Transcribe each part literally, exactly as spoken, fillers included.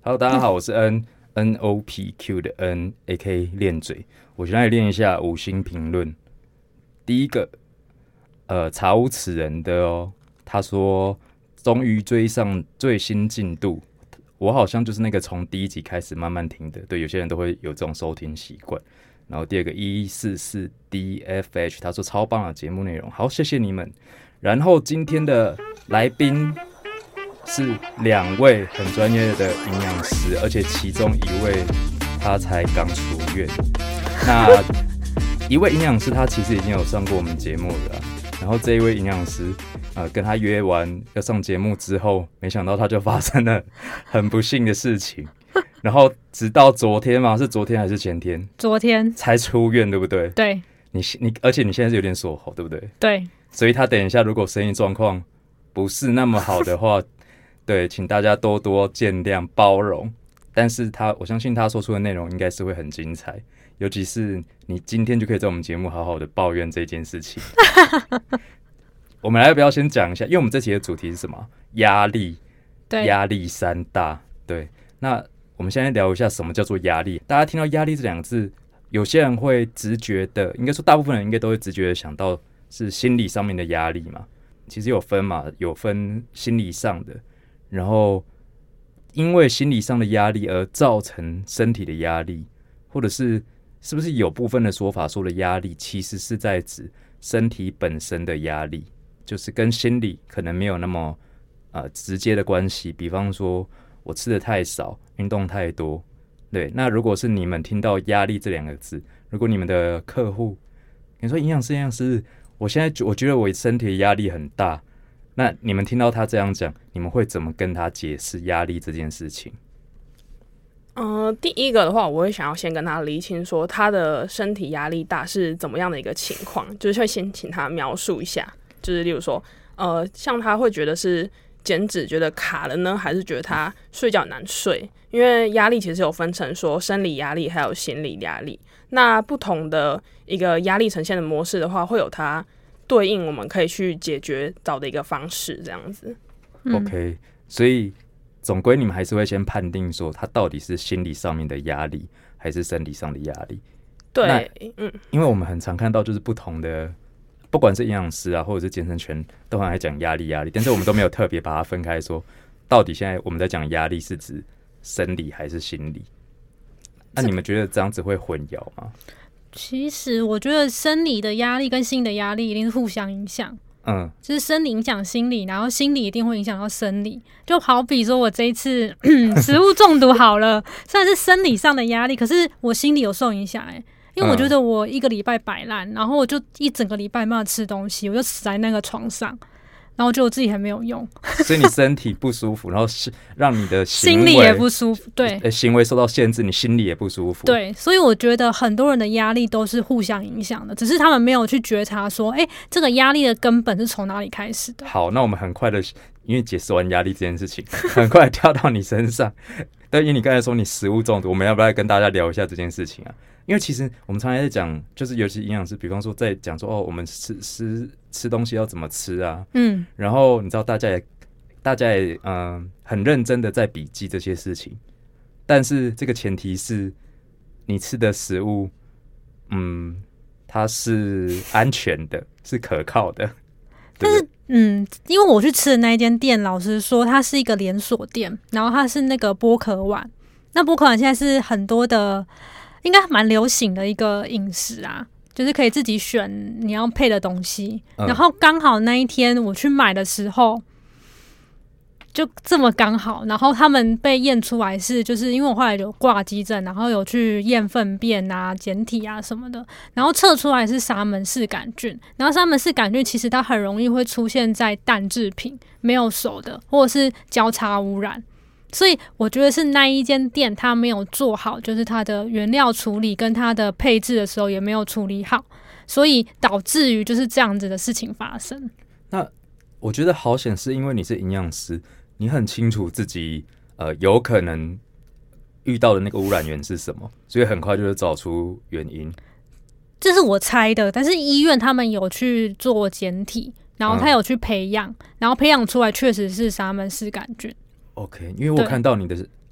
Hello， 大家好，我是 N N O P Q 的 N A K 练嘴。我先来练一下五星评论。第一个，呃，查无此人的哦，他说终于追上最新进度。我好像就是那个从第一集开始慢慢听的，对，有些人都会有这种收听习惯。然后第二个一四四 D F H， 他说超棒的节目内容，好，谢谢你们。然后今天的来宾是两位很专业的营养师，而且其中一位他才刚出院。那一位营养师他其实已经有上过我们节目了啦，然后这一位营养师呃跟他约完要上节目之后，没想到他就发生了很不幸的事情。然后直到昨天嘛，是昨天还是前天？ 昨天才出院，对不对？ 对。 你你而且你现在是有点锁喉，对不对？ 对。 所以他等一下如果生意状况不是那么好的话，对，请大家多多见谅包容。但是他我相信他说出的内容应该是会很精彩，尤其是你今天就可以在我们节目好好的抱怨这件事情。我们来要不要先讲一下？因为我们这期的主题是什么？压力。对，压力山大。对，那我们现在聊一下什么叫做压力。大家听到压力这两个字，有些人会直觉的，应该说大部分人应该都会直觉的想到是心理上面的压力嘛。其实有分嘛，有分心理上的，然后因为心理上的压力而造成身体的压力，或者是是不是有部分的说法说的压力其实是在指身体本身的压力，就是跟心理可能没有那么呃直接的关系。比方说我吃的太少，运动太多，对。那如果是你们听到压力这两个字，如果你们的客户你说营养师营养师我现在我觉得我身体的压力很大，那你们听到他这样讲，你们会怎么跟他解释压力这件事情？ 呃，第一个的话，我会想要先跟他厘清说他的身体压力大是怎么样的一个情况，就是会先请他描述一下，就是例如说，呃，像他会觉得是减脂觉得卡了呢，还是觉得他睡觉难睡？因为压力其实有分成说生理压力还有心理压力，那不同的一个压力呈现的模式的话，会有它对应我们可以去解决找的一个方式，这样子。 嗯、OK， 所以总归你们还是会先判定说它到底是心理上面的压力还是生理上的压力。 对，嗯， 因为我们很常看到就是不同的，不管是营养师啊或者是健身圈都很爱讲压力压力，但是我们都没有特别把它分开说到底现在我们在讲压力是指生理还是心理。那你们觉得这样子会混淆吗？ 其实我觉得生理的压力跟心理的压力一定是互相影响， 嗯， 就是生理影响心理，然后心理一定会影响到生理。就好比说我这一次食物中毒好了，虽然是生理上的压力，可是我心理有受影响哎，因为我觉得我一个礼拜摆烂，然后我就一整个礼拜没有吃东西，我就死在那个床上。然后我觉得我自己还没有用， 所以你身体不舒服，然后是让你的行为心理也不舒服，对， 呃，行为受到限制，你心里也不舒服， 对，所以我觉得很多人的压力都是互相影响的，只是他们没有去觉察说，哎，这个压力的根本是从哪里开始的。 好，那我们很快的，因为解释完压力这件事情，很快跳到你身上。但因为你刚才说你食物中毒，我们要不要跟大家聊一下这件事情啊？因为其实我们常常在讲，就是尤其营养师，比方说在讲说哦，我们吃吃吃东西要怎么吃啊，嗯，然后你知道大家也大家也嗯、呃、很认真的在笔记这些事情，但是这个前提是你吃的食物，嗯，它是安全的，是可靠的。 但是，嗯，因为我去吃的那一间店，老实说，它是一个连锁店，然后它是那个剥壳碗。那剥壳碗现在是很多的，应该蛮流行的一个饮食啊，就是可以自己选你要配的东西。嗯、然后刚好那一天我去买的时候，就这么刚好，然后他们被验出来是，就是因为我后来有挂急诊，然后有去验粪便啊、检体啊什么的，然后测出来是沙门氏杆菌。然后沙门氏杆菌其实它很容易会出现在蛋制品没有熟的，或者是交叉污染。所以我觉得是那一间店它没有做好，就是它的原料处理跟它的配置的时候也没有处理好，所以导致于就是这样子的事情发生。 那我觉得好险是因为你是营养师，你很清楚自己呃有可能遇到的那个污染源是什么，所以很快就找出原因。 这是我猜的，但是医院他们有去做检体，然后他有去培养、嗯、然后培养出来确实是沙门氏杆菌。 OK， 因为我看到你的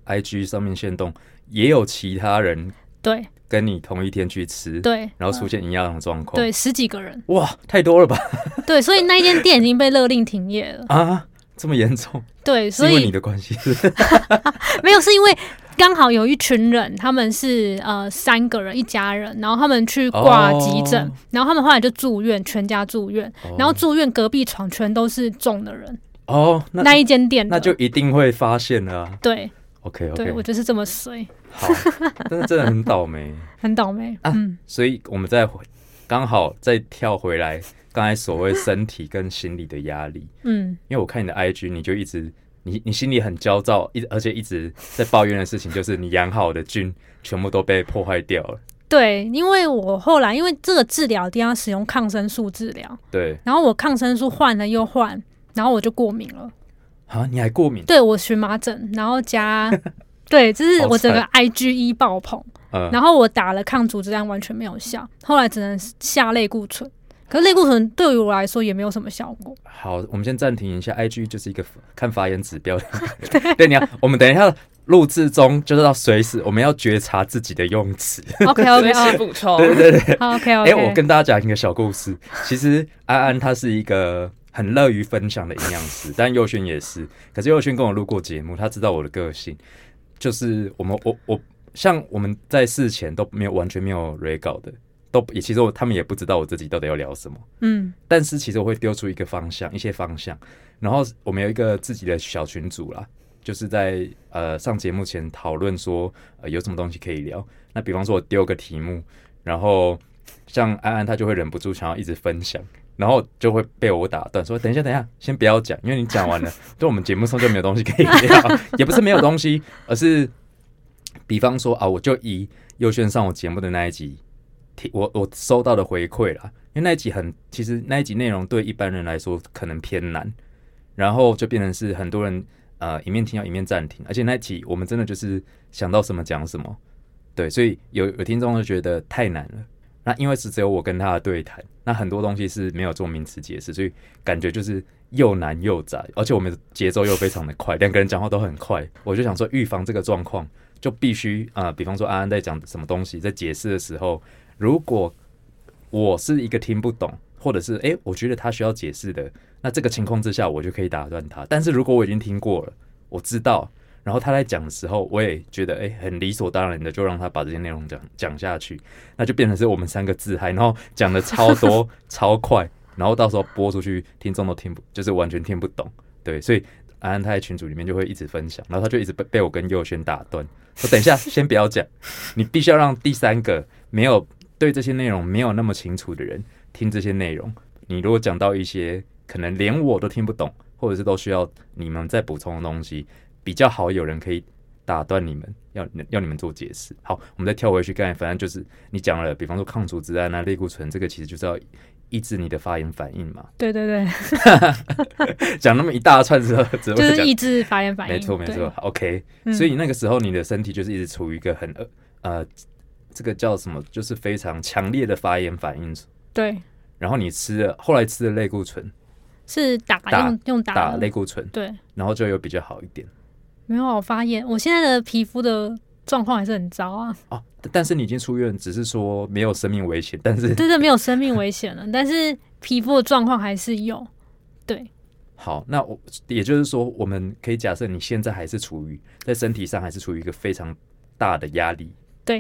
I G 上面限动也有其他人对跟你同一天去吃， 对， 然后出现一样的状况， 对，十几个人， 哇，太多了吧？ 对，所以那一间店已经被勒令停业了啊，这么严重？ 对，所以是因为你的关系是没有，是因为刚好有一群人，他们是呃三个人一家人，然后他们去挂急诊，哦、然后他们后来就住院，全家住院，哦、然后住院隔壁床全都是中的人哦，那, 那一间店那就一定会发现了、啊。 对 ，OK OK， 对我就是这么衰。 好，但是真的很倒霉， 很倒霉啊。 嗯， 所以我们再刚好再跳回来，刚才所谓身体跟心理的压力，嗯，因为我看你的 I G， 你就一直。你, 你心里很焦躁，一而且一直在抱怨的事情就是你养好的菌全部都被破坏掉了。 对，因为我后来因为这个治疗一定要使用抗生素治疗， 对， 然后我抗生素换了又换，然后我就过敏了。 啊，你还过敏？ 对，我荨麻疹，然后加对，就是我整个 I G E 爆棚、嗯，然后我打了抗组织胺完全没有效，后来只能下类固醇。可是类固醇对于我来说也没有什么效果。 好，我们先暂停一下。I G 就是一个看发言指标的对, 对，你要我们等一下录制中就是要随时我们要觉察自己的用词。 OK OK， 随时补充。 对对对。 OK OK。 哎，我跟大家讲一个小故事。其实安安他是一个很乐于分享的营养师，但佑轩也是。可是佑轩跟我录过节目，他知道我的个性，就是我们我我像我们在事前都没有完全没有 re 稿的。都也其实我他们也不知道我自己到底要聊什么，嗯，但是其实我会丢出一个方向，一些方向，然后我们有一个自己的小群组啦，就是在呃上节目前讨论说呃有什么东西可以聊。那比方说我丢个题目，然后像安安他就会忍不住想要一直分享，然后就会被我打断说等一下等一下先不要讲，因为你讲完了对我们节目上就没有东西可以聊也不是没有东西，而是比方说啊我就以佑轩上我节目的那一集我, 我收到的回馈啦，因为那一集很，其实那一集内容对一般人来说可能偏难，然后就变成是很多人呃一面听到一面暂停，而且那一集我们真的就是想到什么讲什么，对，所以有有听众就觉得太难了。那因为是只有我跟他的对谈，那很多东西是没有做名词解释，所以感觉就是又难又杂，而且我们的节奏又非常的快，两个人讲话都很快，我就想说预防这个状况，就必须呃，比方说安安在讲什么东西，在解释的时候。如果我是一个听不懂，或者是哎、欸，我觉得他需要解释的，那这个情况之下，我就可以打断他。但是如果我已经听过了，我知道，然后他在讲的时候，我也觉得哎、欸，很理所当然的就让他把这些内容讲讲下去，那就变成是我们三个自嗨，然后讲的超多超快，然后到时候播出去，听众都听不，就是完全听不懂。对，所以安安他在群组里面就会一直分享，然后他就一直被被我跟佑轩打断，说等一下先不要讲，你必须要让第三个没有。对这些内容没有那么清楚的人听这些内容，你如果讲到一些可能连我都听不懂，或者是都需要你们再补充的东西，比较好有人可以打断你们，要要你们做解释。好，我们再跳回去，刚才反正就是你讲了，比方说抗组织胺啊、类固醇，这个其实就是要抑制你的发炎反应嘛。 对对对， 讲那么一大串之后，只会就是抑制发炎反应。 没错没错 ，OK、嗯。所以那个时候你的身体就是一直处于一个很呃。这个叫什么？就是非常强烈的发炎反应。 对。 然后你吃了，后来吃的类固醇是打用用打打类固醇， 对。 然后就有比较好一点。 没有，我发炎，我现在的皮肤的状况还是很糟啊。 哦，但是你已经出院，只是说没有生命危险，但是对对，没有生命危险了，但是皮肤的状况还是有。对。 好，那我也就是说，我们可以假设你现在还是处于在身体上还是处于一个非常大的压力。 对。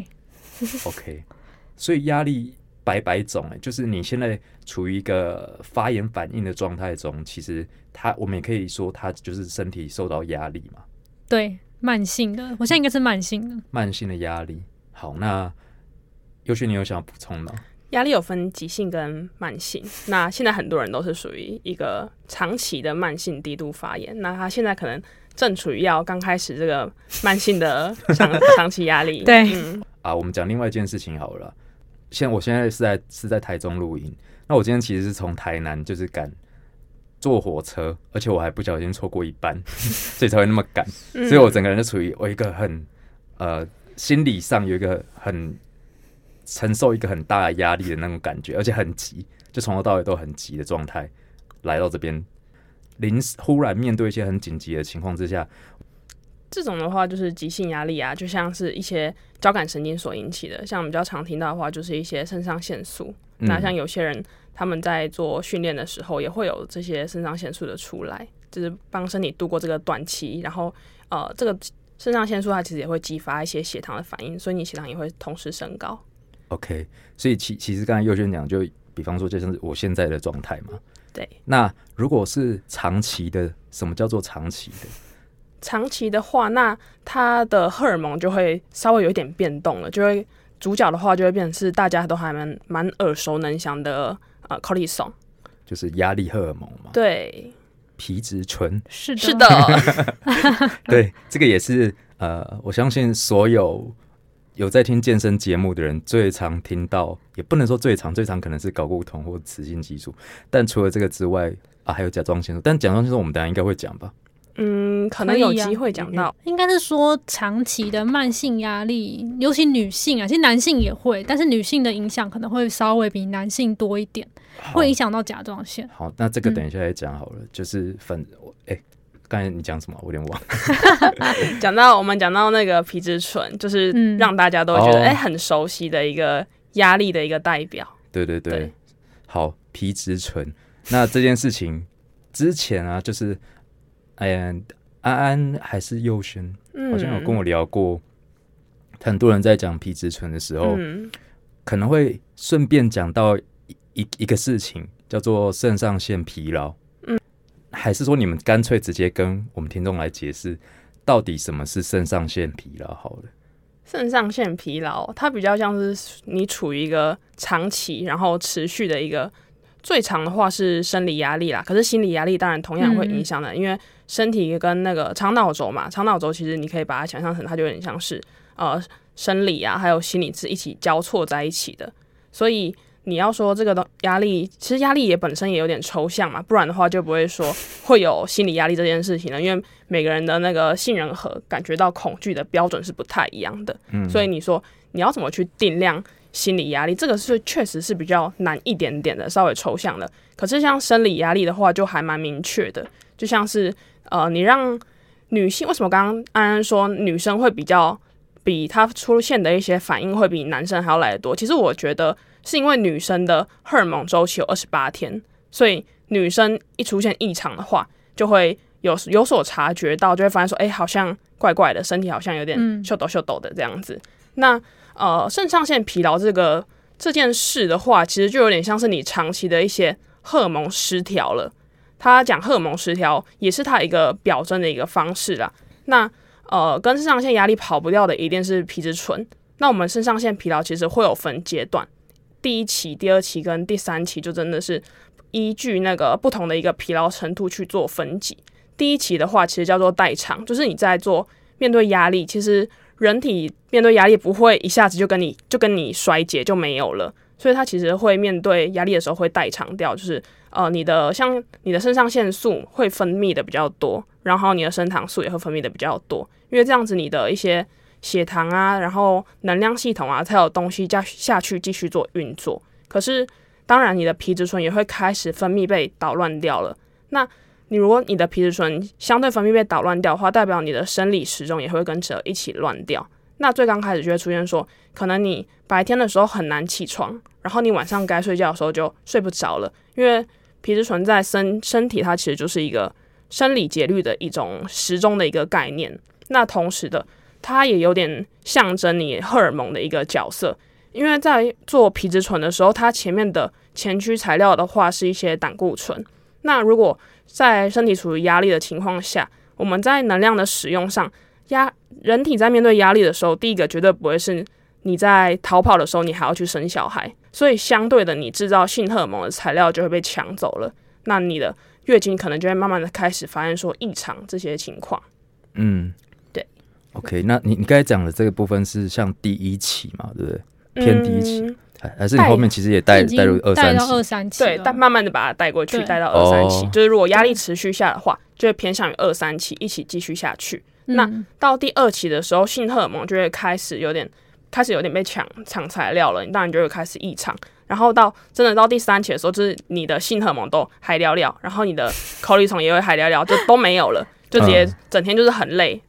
OK， 所以压力百百种、欸，就是你现在处于一个发炎反应的状态中，其实它我们也可以说它就是身体受到压力嘛。 对，慢性的，我现在应该是慢性的。 慢性的压力。好，那佑轩，你有想要补充吗？ 压力有分急性跟慢性，那现在很多人都是属于一个长期的慢性低度发炎，那他现在可能正处于要刚开始这个慢性的长长期压力。 对， 嗯， 啊，我们讲另外一件事情好了啦。现在我现在是在是在台中录音，那我今天其实是从台南就是赶坐火车，而且我还不小心错过一班，所以才会那么赶，所以我整个人就处于我一个很呃心理上有一个很承受一个很大的压力的那种感觉，而且很急，就从头到尾都很急的状态来到这边，临时忽然面对一些很紧急的情况之下， 这种的话就是急性压力啊，就像是一些交感神经所引起的，像比较常听到的话就是一些肾上腺素、嗯、那像有些人他们在做训练的时候也会有这些肾上腺素的出来，就是帮身体度过这个短期，然后呃，这个肾上腺素它其实也会激发一些血糖的反应，所以你血糖也会同时升高。 OK， 所以其其实刚才佑轩讲，就比方说就是我现在的状态嘛， 对。 那如果是长期的，什么叫做长期的？ 长期的话，那它的荷尔蒙就会稍微有一点变动了，就会主角的话就会变成是大家都还蛮蛮耳熟能详的呃 cortisol， 就是压力荷尔蒙嘛。 对， 皮质醇。 是的， 是的。 对，这个也是呃，我相信所有有在听健身节目的人最常听到，也不能说最常，最常可能是睾固酮或雌性激素，但除了这个之外啊，还有甲状腺素，但甲状腺素我们等一下应该会讲吧。 嗯，可能有机会讲到、啊嗯，应该是说长期的慢性压力，尤其女性啊，其实男性也会，但是女性的影响可能会稍微比男性多一点，会影响到甲状腺。 好，那这个等一下再讲好了。嗯、就是反，哎、欸，刚才你讲什么？我有点忘。 讲到我们讲到那个皮质醇，就是让大家都觉得哎、嗯欸、很熟悉的一个压力的一个代表。 对对 对, 对，好，皮质醇。那这件事情之前啊，就是。哎呀，安安还是佑轩、嗯，好像有跟我聊过，很多人在讲皮质醇的时候，嗯、可能会顺便讲到 一, 一个事情，叫做肾上腺疲劳。嗯，还是说你们干脆直接跟我们听众来解释，到底什么是肾上腺疲劳？好了， 肾上腺疲劳，它比较像是你处于一个长期然后持续的一个。最长的话是生理压力啦，可是心理压力当然同样会影响的、嗯，因为身体跟那个肠脑轴嘛，肠脑轴其实你可以把它想象成它就有点像是呃生理啊还有心理是一起交错在一起的，所以你要说这个压力，其实压力也本身也有点抽象嘛，不然的话就不会说会有心理压力这件事情了，因为每个人的那个杏仁核感觉到恐惧的标准是不太一样的，嗯，所以你说你要怎么去定量心理压力，这个是确实是比较难一点点的，稍微抽象的。可是像生理压力的话，就还蛮明确的，就像是呃，你让女性为什么刚刚安安说女生会比较比她出现的一些反应会比男生还要来得多？其实我觉得是因为女生的荷尔蒙周期有二十八天，所以女生一出现异常的话，就会有有所察觉到，就会发现说，哎、欸，好像怪怪的，身体好像有点秀抖秀抖的这样子。嗯、那呃，肾上腺疲劳这个这件事的话，其实就有点像是你长期的一些荷尔蒙失调了。他讲荷尔蒙失调也是他一个表征的一个方式啦。那呃，跟肾上腺压力跑不掉的一定是皮质醇。那我们肾上腺疲劳其实会有分阶段，第一期、第二期跟第三期就真的是依据那个不同的一个疲劳程度去做分级。第一期的话，其实叫做代偿，就是你在做面对压力，其实人体面对压力不会一下子就跟你就跟你衰竭就没有了，所以它其实会面对压力的时候会代偿掉，就是呃你的像你的肾上腺素会分泌的比较多，然后你的升糖素也会分泌的比较多，因为这样子你的一些血糖啊，然后能量系统啊才有东西加下去继续做运作。可是当然你的皮质醇也会开始分泌被捣乱掉了，那你如果你的皮质醇相对分泌被捣乱掉的话，代表你的生理时钟也会跟着一起乱掉。那最刚开始就会出现说，可能你白天的时候很难起床，然后你晚上该睡觉的时候就睡不着了，因为皮质醇在身身体它其实就是一个生理节律的一种时钟的一个概念。那同时的，它也有点象征你荷尔蒙的一个角色，因为在做皮质醇的时候，它前面的前驱材料的话是一些胆固醇。那如果在身体处于压力的情况下，我们在能量的使用上，压人体在面对压力的时候，第一个绝对不会是你在逃跑的时候你还要去生小孩，所以相对的你制造性荷尔蒙的材料就会被抢走了，那你的月经可能就会慢慢的开始发现说异常这些情况。嗯，对。 OK， 那你你刚才讲的这个部分是像第一期嘛，对不对？偏第一期。嗯，还是你后面其实也带带入二三期， 带到二三期， 对，但慢慢的把它带过去，带到二三期，就是如果压力持续下的话，就会偏向于二三期一起继续下去。嗯、那到第二期的时候，性荷尔蒙就会开始有点开始有点被抢抢材料了，你当然就会开始异常。然后到真的到第三期的时候，就是你的性荷尔蒙都海聊聊，然后你的口里酮也会海聊聊，就都没有了，就直接整天就是很累，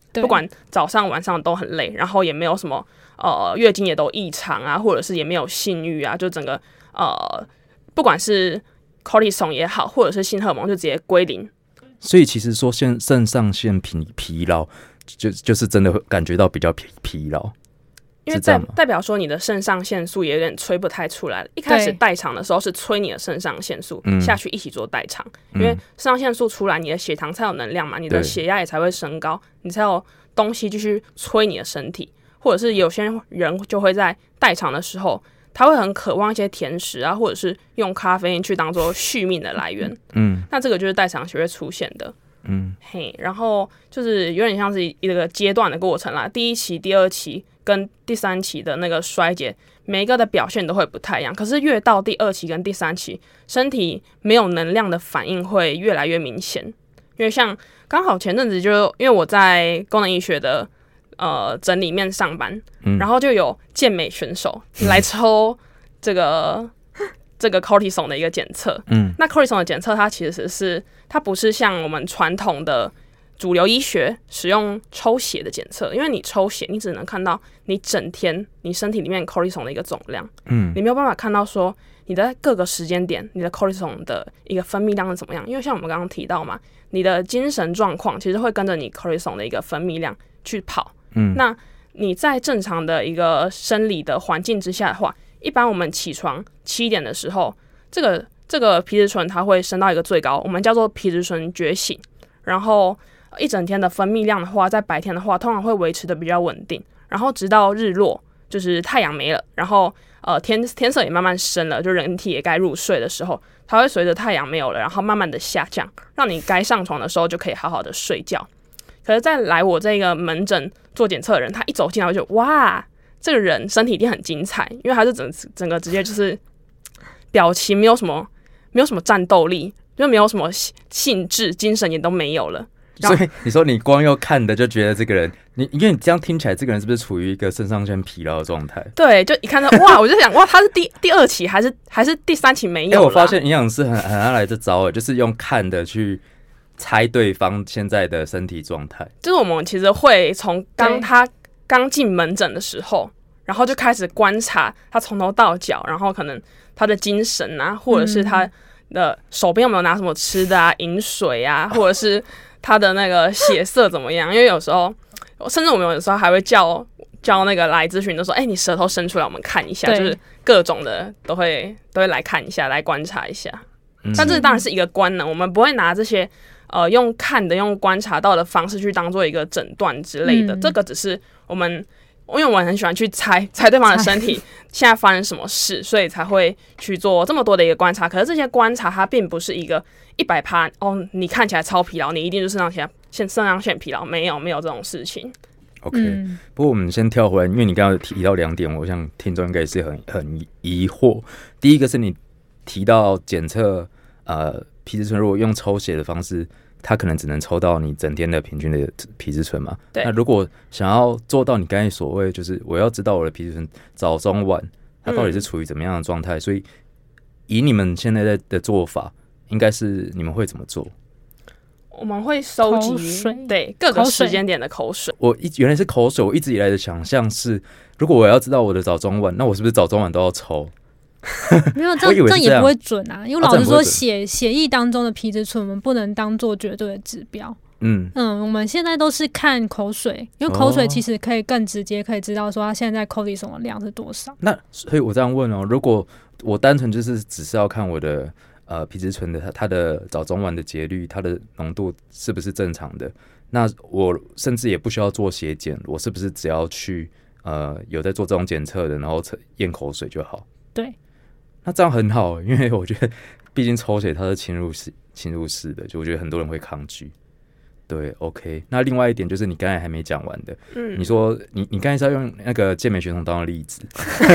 不管早上晚上都很累，然后也没有什么呃月经也都异常啊，或者是也没有性欲啊，就整个呃不管是 cortisol 也好，或者是性荷尔蒙就直接归零。 所以其实说肾肾上腺疲疲劳，就就是真的会感觉到比较疲疲劳。 因为代代表说你的肾上腺素也有点催不太出来了。一开始代偿的时候是催你的肾上腺素下去一起做代偿，因为肾上腺素出来，你的血糖才有能量嘛，你的血压也才会升高，你才有东西继续催你的身体。或者是有些人就会在代偿的时候，他会很渴望一些甜食啊，或者是用咖啡因去当做续命的来源。嗯，那这个就是代偿血会出现的。嗯，嘿，然后就是有点像是一个阶段的过程啦，第一期、第二期跟第三期的那个衰竭，每一个的表现都会不太一样。可是越到第二期跟第三期，身体没有能量的反应会越来越明显。因为像刚好前阵子就因为我在功能医学的呃诊里面上班，嗯、然后就有健美选手来抽这个。这个 cortisol 的一个检测，嗯，那 cortisol 的检测它其实是它不是像我们传统的主流医学使用抽血的检测，因为你抽血你只能看到你整天你身体里面 cortisol 的一个总量，嗯，你没有办法看到说你在各个时间点你的 cortisol 的一个分泌量是怎么样，因为像我们刚刚提到嘛，你的精神状况其实会跟着你 cortisol 的一个分泌量去跑，嗯，那你在正常的一个生理的环境之下的话，一般我们起床七点的时候，这个这个皮质醇它会升到一个最高，我们叫做皮质醇觉醒。然后一整天的分泌量的话，在白天的话，通常会维持的比较稳定。然后直到日落，就是太阳没了，然后呃天天色也慢慢深了，就人体也该入睡的时候，它会随着太阳没有了，然后慢慢的下降，让你该上床的时候就可以好好的睡觉。可是再来我这个门诊做检测的人，他一走进来我就哇。这个人身体一定很精彩，因为他是整整个直接就是表情没有什么没有什么战斗力，就没有什么兴致，精神也都没有了。 所以你说你光要看的就觉得这个人，你因为你这样听起来，这个人是不是处于一个肾上腺疲劳的状态？ 对，就一看到哇，我就想哇，他是第第二期还是还是第三期没有？哎、 欸，我发现营养师很很爱来这招，就是用看的去猜对方现在的身体状态。 就是我们其实会从当他刚进门诊的时候，然后就开始观察他从头到脚，然后可能他的精神啊，或者是他的手边有没有拿什么吃的啊、饮水啊，或者是他的那个血色怎么样？因为有时候，甚至我们有时候还会叫叫那个来咨询的说：“哎、欸，你舌头伸出来，我们看一下。”就是各种的都会都会来看一下，来观察一下。嗯、但这当然是一个官能，我们不会拿这些呃用看的、用观察到的方式去当做一个诊断之类的。嗯、这个只是我们。因为我很喜欢去猜猜对方的身体现在发生什么事，所以才会去做这么多的一个观察。可是这些观察它并不是一个一百趴哦，你看起来超疲劳，你一定就是肾上腺肾上腺疲劳，没有没有这种事情。 OK，、嗯、不过我们先跳回来，因为你刚刚有提到两点，我想听众应该也是很很疑惑。第一个是你提到检测呃皮质醇，如果用抽血的方式。它可能只能抽到你整天的平均的皮质醇嘛？ 对。 那如果想要做到你刚才所谓，就是我要知道我的皮质醇早中晚它到底是处于怎么样的状态、嗯，所以以你们现在的做法，应该是你们会怎么做？ 我们会收集对各个时间点的口水。 我一原来是口水，我一直以来的想象是，如果我要知道我的早中晚，那我是不是早中晚都要抽？ 没有，这样这样也不会准啊，因为老实说血，血血液当中的皮质醇，我们不能当做绝对的指标。嗯嗯，我们现在都是看口水，因为口水其实可以更直接，可以知道说它现在 cortisol 的量是多少。 那所以我这样问哦，如果我单纯就是只是要看我的呃皮质醇的它的早中晚的节律，它的浓度是不是正常的，那我甚至也不需要做血检，我是不是只要去呃有在做这种检测的，然后验口水就好？ 对。 那这样很好，因为我觉得，毕竟抽血它是侵入式、侵入式的，就我觉得很多人会抗拒。对 ，OK。那另外一点就是你刚才还没讲完的，嗯，你说你你刚才是要用那个健美学童当的例子，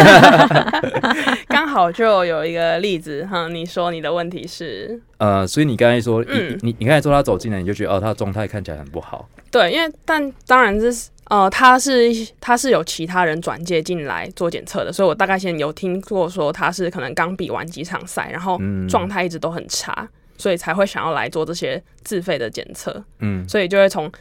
刚好就有一个例子哈。你说你的问题是， 呃，所以你刚才说，嗯、你你刚才说他走进来，你就觉得哦，他的状态看起来很不好。 对，因为但当然这是。呃，他是他是有其他人转介进来做检测的，所以我大概先有听过说他是可能刚比完几场赛，然后状态一直都很差，所以才会想要来做这些自费的检测。嗯，所以就会从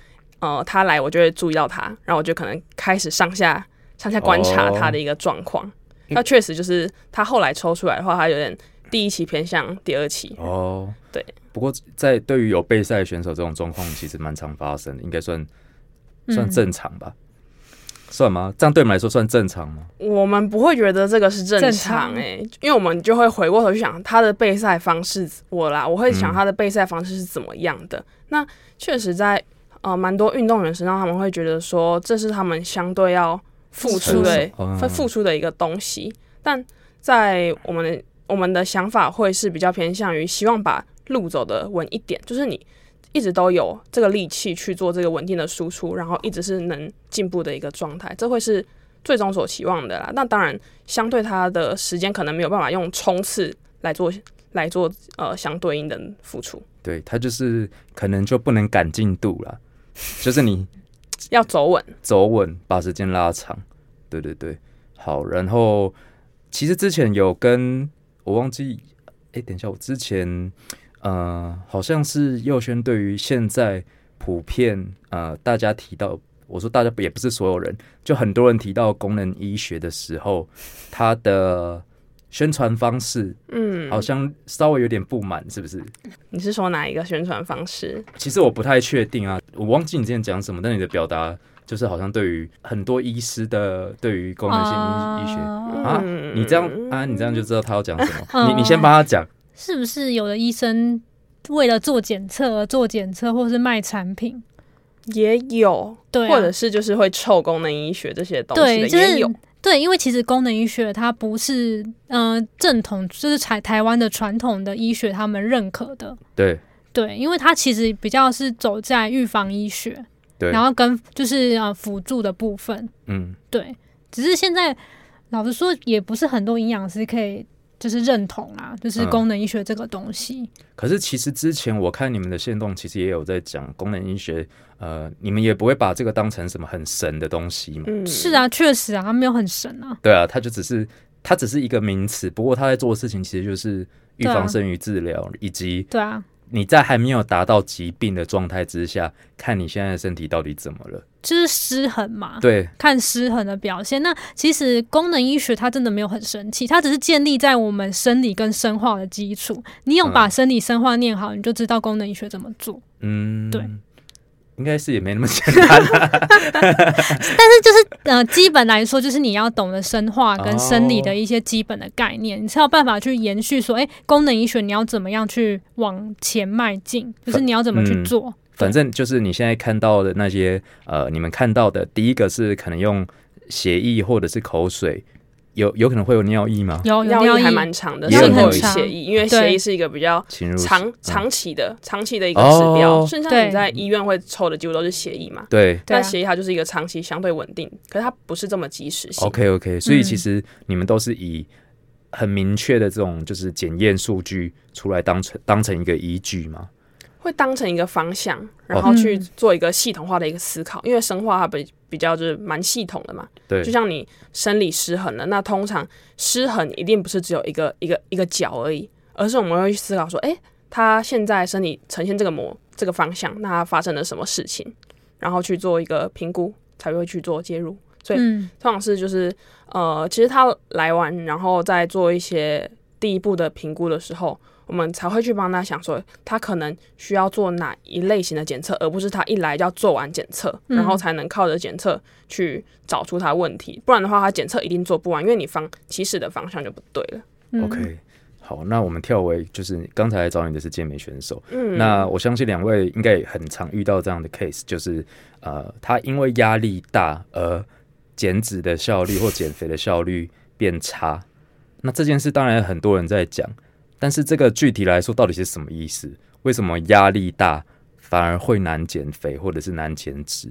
呃他来，我就会注意到他，然后我就可能开始上下上下观察他的一个状况。那、哦、确实就是他后来抽出来的话，他有点第一期偏向第二期。 哦， 对。 不过在对于有备赛选手这种状况，其实蛮常发生的，应该算算正常吧？嗯、算吗？这样对我们来说算正常吗？ 我们不会觉得这个是正常哎、欸，因为我们就会回过头去想他的备赛方式，我啦，我会想他的备赛方式是怎么样的。嗯、那确实在呃蛮多运动员身上，他们会觉得说这是他们相对要付出的、会付出的一个东西，但在我们的我们的想法会是比较偏向于希望把路走的稳一点，就是你一直都有这个力气去做这个稳定的输出，然后一直是能进步的一个状态，这会是最终所期望的啦。那当然，相对他的时间可能没有办法用冲刺来做来做呃相对应的付出。 对，他就是可能就不能赶进度啦，就是你要走稳， 走稳，把时间拉长。对对对，好。然后其实之前有跟我忘记，哎、欸，等一下，我之前。呃，好像是佑轩对于现在普遍呃大家提到，我说大家也不是所有人，就很多人提到功能医学的时候，他的宣传方式，嗯，好像稍微有点不满，是不是？ 你是说哪一个宣传方式？ 其实我不太确定啊，我忘记你之前讲什么，但你的表达就是好像对于很多医师的对于功能性医, 医学、uh, 啊，你这样啊，你这样就知道他要讲什么， uh, 你你先帮他讲。 是不是有的医生为了做检测而做检测，或是卖产品也有，对、啊，或者是就是会臭功能医学这些东西的、就是、也有。 对，因为其实功能医学它不是呃正统，就是台台湾的传统的医学他们认可的。 对对，因为它其实比较是走在预防医学， 对， 然后跟就是呃辅助的部分， 嗯， 对。只是现在老实说，也不是很多营养师可以。就是认同啊，就是功能医学这个东西、嗯。 可是其实之前我看你们的限动，其实也有在讲功能医学，呃，你们也不会把这个当成什么很神的东西嘛？ 嗯，是啊，确实啊，它没有很神啊。 对啊，它就只是它只是一个名词，不过它在做的事情其实就是预防胜于治疗、啊，以及对啊， 你在还没有达到疾病的状态之下，看你现在的身体到底怎么了。 就是失衡嘛， 对， 看失衡的表现。那其实功能医学它真的没有很神奇，它只是建立在我们生理跟生化的基础。你有把生理生化念好，嗯、你就知道功能医学怎么做。嗯，对， 应该是也没那么简单、啊。 但是就是呃，基本来说，就是你要懂得生化跟生理的一些基本的概念，哦、你才有办法去延续说，哎、欸，功能医学你要怎么样去往前迈进，就是你要怎么去做。嗯反正就是你现在看到的那些，呃，你们看到的，第一个是可能用血液或者是口水，有有可能会有尿液吗？ 有尿液还蛮长的， 甚至有血液，因为血液是一个比较长长期的、长期的一个指标。甚至你在医院会抽的几乎都是血液嘛， 对。 但血液它就是一个长期相对稳定，可是它不是这么及时性。 OK OK， 所以其实你们都是以很明确的这种就是检验数据出来当成当成一个依据吗？ 会当成一个方向，然后去做一个系统化的一个思考，哦、因为生化它比比较就是蛮系统的嘛。 对， 就像你生理失衡了，那通常失衡一定不是只有一个一个一个角而已，而是我们会去思考说，哎、欸，他现在身体呈现这个模这个方向，那他发生了什么事情，然后去做一个评估，才会去做介入。所以、嗯、通常是就是呃，其实他来完，然后再做一些第一步的评估的时候。我们才会去帮他想说，他可能需要做哪一类型的检测，而不是他一来就要做完检测，嗯、然后才能靠着检测去找出他问题。不然的话，他检测一定做不完，因为你方起始的方向就不对了。 嗯、OK， 好，那我们跳回就是刚才来找你的是健美选手，嗯，那我相信两位应该也很常遇到这样的 case， 就是呃，他因为压力大而减脂的效率或减肥的效率变差。那这件事当然很多人在讲。但是这个具体来说到底是什么意思？为什么压力大反而会难减肥或者是难减脂？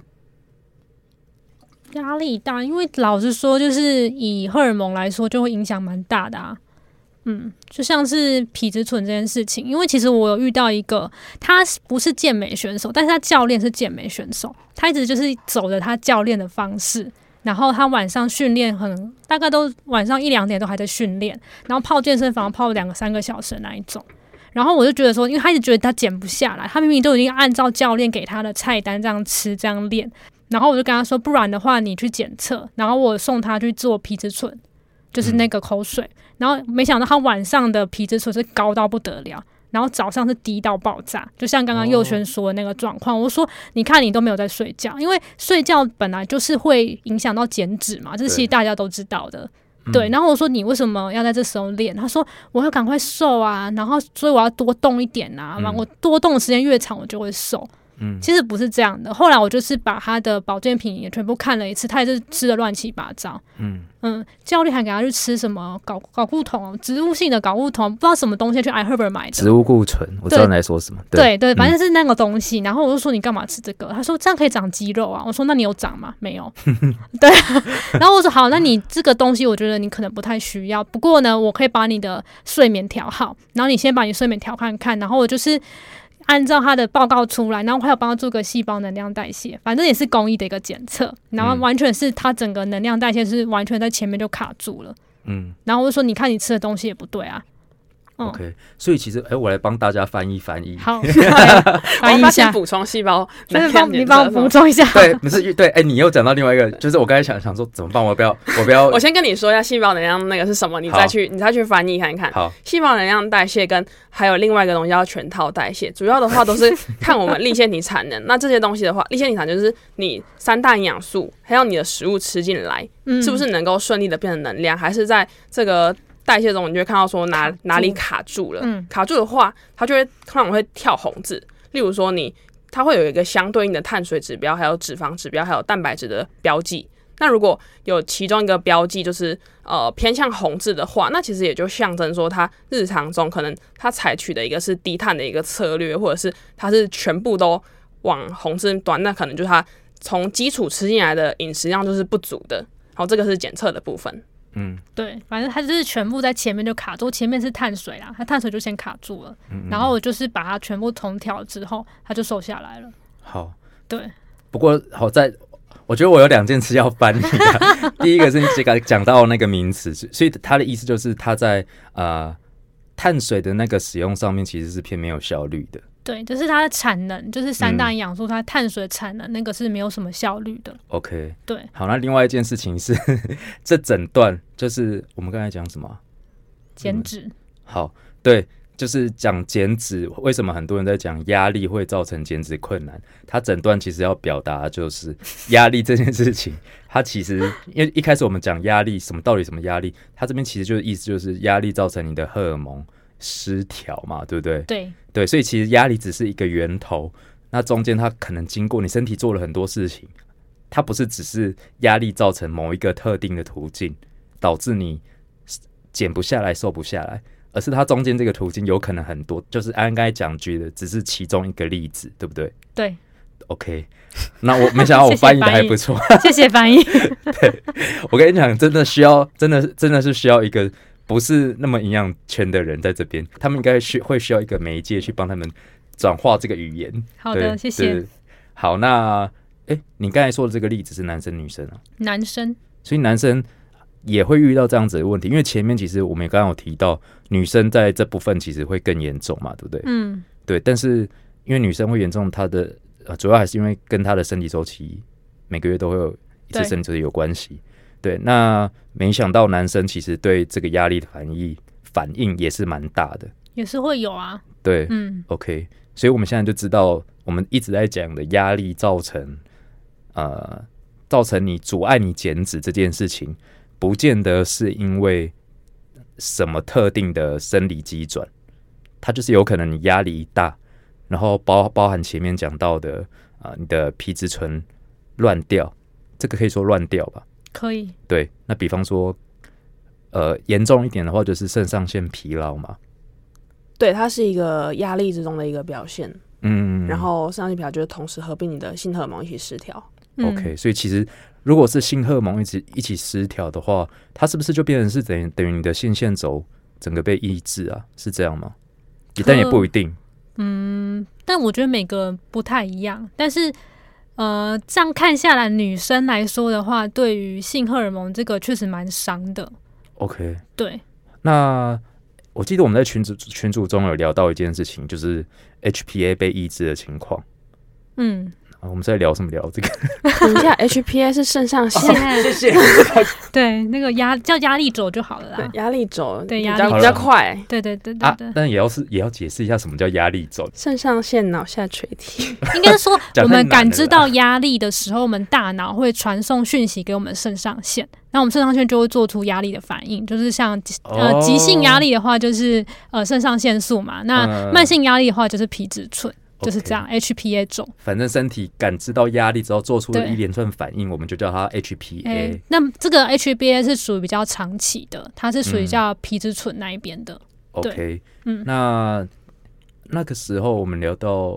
压力大，因为老实说，就是以荷尔蒙来说，就会影响蛮大的啊。嗯，就像是皮质醇这件事情，因为其实我有遇到一个，他不是健美选手，但是他教练是健美选手，他一直就是走着他教练的方式。然后他晚上训练，可能大概都晚上一两点都还在训练，然后泡健身房泡两个三个小时的那一种。 然后我就觉得说，因为他一直觉得他减不下来，他明明都已经按照教练给他的菜单这样吃这样练，然后我就跟他说，不然的话你去检测，然后我送他去做皮质醇，就是那个口水，嗯、然后没想到他晚上的皮质醇是高到不得了。然后早上是低到爆炸，就像刚刚佑轩说的那个状况。Oh. 我说，你看你都没有在睡觉，因为睡觉本来就是会影响到减脂嘛，这是其实大家都知道的。对，然后我说你为什么要在这时候练？他说我要赶快瘦啊，然后所以我要多动一点啊，嗯、我多动的时间越长，我就会瘦。嗯，其实不是这样的。后来我就是把他的保健品也全部看了一次，他也是吃的乱七八糟。嗯嗯，教练还给他去吃什么睾睾固酮，植物性的睾固酮，不知道什么东西去 iHerb 买的。 植物固醇，我知道你在说什么。 对 对, 对，反正是那个东西。嗯、然后我就说你干嘛吃这个？他说这样可以长肌肉啊。我说那你有长吗？没有。对。然后我说好，那你这个东西我觉得你可能不太需要。不过呢，我可以把你的睡眠调好，然后你先把你睡眠调看看，然后我就是。按照他的报告出来，然后还有帮他做个细胞能量代谢，反正也是公益的一个检测，然后完全是他整个能量代谢是完全在前面就卡住了，嗯，然后我就说你看你吃的东西也不对啊。 嗯、OK， 所以其实，哎、欸，我来帮大家翻译翻译。 好，翻译一下， 补充细胞， 真的你帮我补充一下。 对，不是对，哎、欸，你又讲到另外一个，就是我刚才想想说怎么办，我不要，我不要。 我先跟你说一下细胞能量那个是什么，你再去，你再去翻译看看。 好， 细胞能量代谢跟还有另外一个东西叫全套代谢，主要的话都是看我们粒线体产能。那这些东西的话，粒线体产能就是你三大营养素，还有你的食物吃进来，嗯、是不是能够顺利的变成能量，还是在这个。代谢中，你就会看到说哪哪里卡住了，嗯、卡住的话，它就会通常会跳红字。例如说你，它会有一个相对应的碳水指标，还有脂肪指标，还有蛋白质的标记。那如果有其中一个标记就是呃偏向红字的话，那其实也就象征说它日常中可能它采取的一个是低碳的一个策略，或者是它是全部都往红字端，那可能就是它从基础吃进来的饮食量就是不足的。好，这个是检测的部分。 嗯，对，反正它就是全部在前面就卡住，前面是碳水啦，它碳水就先卡住了，嗯嗯然后我就是把它全部重调之后，它就瘦下来了。 好， 对。 不过好在，我觉得我有两件事要翻译、啊。第一个是你这个讲到那个名词，所以它的意思就是它在呃碳水的那个使用上面其实是偏没有效率的。 对，就是它的产能，就是三大营养素，嗯、它碳水产能那个是没有什么效率的。 OK， 对。 好，那另外一件事情是，这整段就是我们刚才讲什么？ 减脂、嗯。 好，对，就是讲减脂。为什么很多人在讲压力会造成减脂困难？它整段其实要表达就是压力这件事情，它其实因为一开始我们讲压力，什么到底什么压力？它这边其实就是意思就是压力造成你的荷尔蒙失调嘛，对不对？ 对对，所以其实压力只是一个源头，那中间它可能经过你身体做了很多事情，它不是只是压力造成某一个特定的途径导致你减不下来、瘦不下来，而是它中间这个途径有可能很多，就是安刚才讲句的只是其中一个例子，对不对？ 对。 OK， 那我没想到我翻译的还不错， 谢谢翻译。 对，我跟你讲，真的需要，真的真的是需要一个。不是那么营养圈的人在这边，他们应该需会需要一个媒介去帮他们转化这个语言。 好的，谢谢。 好，那哎，你刚才说的这个例子是男生女生啊？ 男生。 所以男生也会遇到这样子的问题，因为前面其实我们刚刚有提到，女生在这部分其实会更严重嘛，对不对？嗯，对。但是因为女生会严重，她的、呃、主要还是因为跟她的生理周期每个月都会有一次生理周期有关系。对，那没想到男生其实对这个压力的反应反应也是蛮大的， 也是会有啊。 对，嗯 ，OK， 所以我们现在就知道，我们一直在讲的压力造成呃造成你阻碍你减脂这件事情，不见得是因为什么特定的生理机转，它就是有可能你压力大，然后包包含前面讲到的啊、呃，你的皮质醇乱掉，这个可以说乱掉吧。 可以， 对，那比方说，呃，严重一点的话，就是肾上腺疲劳嘛。 对，它是一个压力之中的一个表现。嗯，然后肾上腺疲劳就是同时合并你的性荷尔蒙一起失调。 OK， 所以其实如果是性荷尔蒙一起一起失调的话，它是不是就变成是等于等于你的性腺轴整个被抑制啊？是这样吗？但也不一定。 嗯，但我觉得每个不太一样，但是。呃，这样看下来，女生来说的话，对于性荷尔蒙这个确实蛮伤的。 OK， 对。 那我记得我们在群组群组中有聊到一件事情，就是 H P A 被抑制的情况。 嗯， 啊、我们在聊什么？聊这个？ 等一下 ，H P A 是肾上腺， 哦、 谢谢。 对，那个压叫压力轴就好了啦。 压力轴， 对，压力比较快。 对对对对对。 啊、但也要是也要解释一下什么叫压力轴。 肾上腺脑下垂体， 应该说我们感知到压力的时候，我们大脑会传送讯息给我们肾上腺，那我们肾上腺就会做出压力的反应，就是像呃急性压力的话，就是呃肾上腺素嘛；那慢性压力的话，就是皮质醇。就是这样 ，H P A 轴。 反正身体感知到压力之后，做出了一连串反应，我们就叫它 H P A、欸。 那这个 H P A 是属于比较长期的，它是属于叫皮质醇那一边的。 嗯、OK， 嗯，那那个时候我们聊到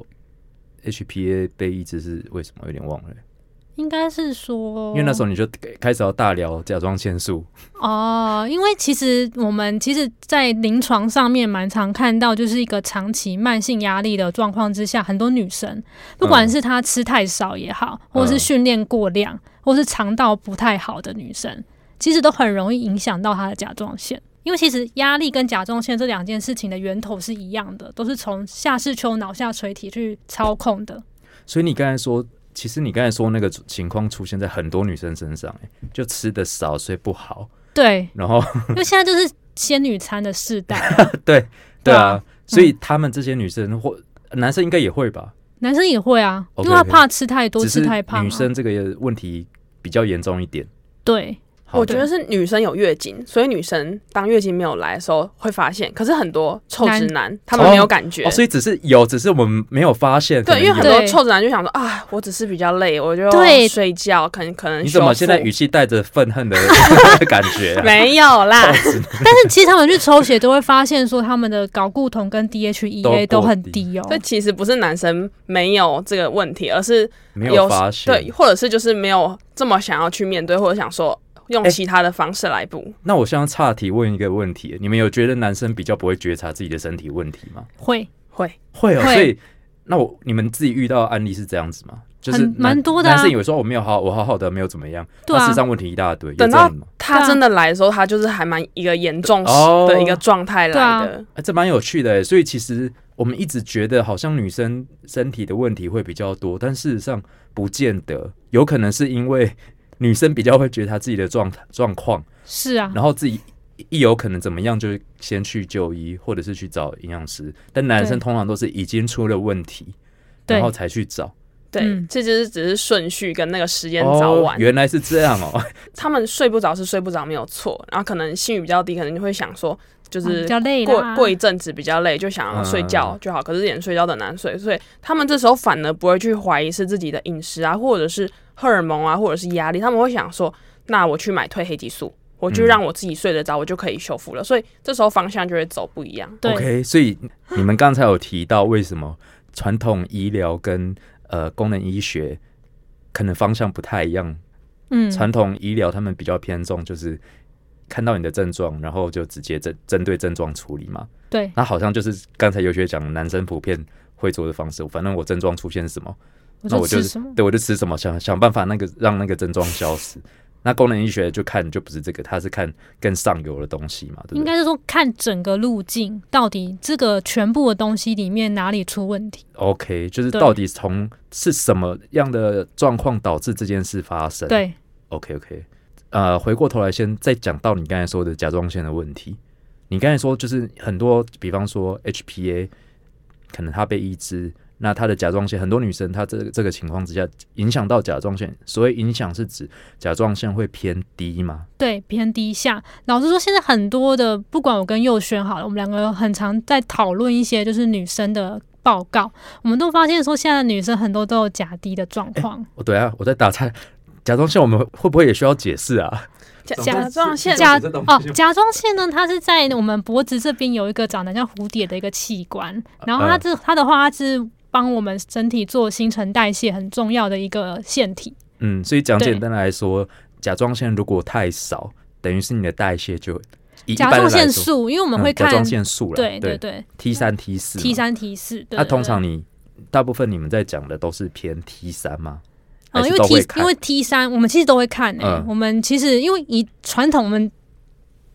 H P A 被抑制是为什么？有点忘了。 应该是说， 因为那时候你就开始要大聊甲状腺素哦。因为其实我们其实，在临床上面蛮常看到，就是一个长期慢性压力的状况之下，很多女生，不管是她吃太少也好，嗯、或是训练过量，或是肠道不太好的女生，其实都很容易影响到她的甲状腺。因为其实压力跟甲状腺这两件事情的源头是一样的，都是从下视丘脑下垂体去操控的。 所以你刚才说。其实你刚才说那个情况出现在很多女生身上、欸，就吃的少，睡不好。 对， 然后因为现在就是仙女餐的世代， 对对啊，所以他们这些女生或男生应该也会吧？ 男生也会啊， okay, 因为他怕吃太多，吃太胖、啊。 女生这个问题比较严重一点。 对。 我觉得是女生有月经，所以女生当月经没有来的时候会发现，可是很多臭直男他们没有感觉、 哦哦，所以只是有，只是我们没有发现。 对，因为很多臭直男就想说啊，我只是比较累，我就睡觉，可能可能。 你怎么现在语气带着愤恨的感觉、啊？ 没有啦， 但是其实他们去抽血都会发现说，他们的睾固酮跟 D H E A 都很低哦。 这其实不是男生没有这个问题，而是没有发现， 对，或者是就是没有这么想要去面对，或者想说。用其他的方式来补、欸。 那我现在岔题问一个问题：你们有觉得男生比较不会觉察自己的身体问题吗？ 会会会哦。所以那我你们自己遇到的案例是这样子吗？就是蛮多的、啊。 男生有时候我没有好，我好好的没有怎么样， 对啊， 事实上问题一大堆。 等到他真的来的时候，他就是还蛮一个严重的一个状态来的。 啊欸、这蛮有趣的、欸。所以其实我们一直觉得好像女生身体的问题会比较多，但事实上不见得，有可能是因为。女生比较会觉得她自己的状状况是啊， 然后自己一有可能怎么样，就先去就医，或者是去找营养师。但男生通常都是已经出了问题，然后才去找。 对，嗯、这就是只是顺序跟那个时间早晚、 哦。原来是这样哦。 他们睡不着是睡不着没有错，然后可能性欲比较低，可能就会想说。就是比较累过过一阵子比较累，就想要睡觉就好。嗯、可是连睡觉都难睡，所以他们这时候反而不会去怀疑是自己的饮食啊，或者是荷尔蒙啊，或者是压力。他们会想说，那我去买褪黑激素，我就让我自己睡得着，我就可以修复了。所以这时候方向就会走不一样。 对 OK， 所以你们刚才有提到为什么传统医疗跟呃功能医学可能方向不太一样。嗯，传统医疗他们比较偏重就是。看到你的症状，然后就直接针针对症状处理嘛。 对， 那好像就是刚才有学讲男生普遍会做的方式。反正我症状出现什么， 那我就吃什么， 对，我就吃什么，想想办法那个让那个症状消失。那功能医学就看就不是这个，它是看更上游的东西嘛，对不对？ 应该是说看整个路径，到底这个全部的东西里面哪里出问题 ？OK， 就是到底从是什么样的状况导致这件事发生？ 对 ，OK OK。呃，回过头来，先再讲到你刚才说的甲状腺的问题。你刚才说就是很多，比方说 H P A， 可能它被抑制，那它的甲状腺，很多女生她这个这个情况之下，影响到甲状腺。所谓影响是指甲状腺会偏低吗？ 对，偏低下。老实说，现在很多的，不管我跟佑轩好了，我们两个很常在讨论一些就是女生的报告，我们都发现说，现在的女生很多都有甲低的状况。 哦，对啊，我在打岔。甲状腺我们会不会也需要解释啊？ 甲甲状腺甲哦，甲状腺呢，它是在我们脖子这边有一个长得像蝴蝶的一个器官，然后它这它的话，它是帮我们身体做新陈代谢很重要的一个腺体。 嗯，所以讲简单来说，甲状腺如果太少，等于是你的代谢就甲状腺素，因为我们会看、 嗯、甲状腺素啦， 对对对 ，T 三 T 四 T 三 T 四， 那、啊、通常你大部分你们在讲的都是偏 T 三吗？ 嗯，因为 T 因为 T 三，我们其实都会看诶、欸嗯。我们其实因为以传统我们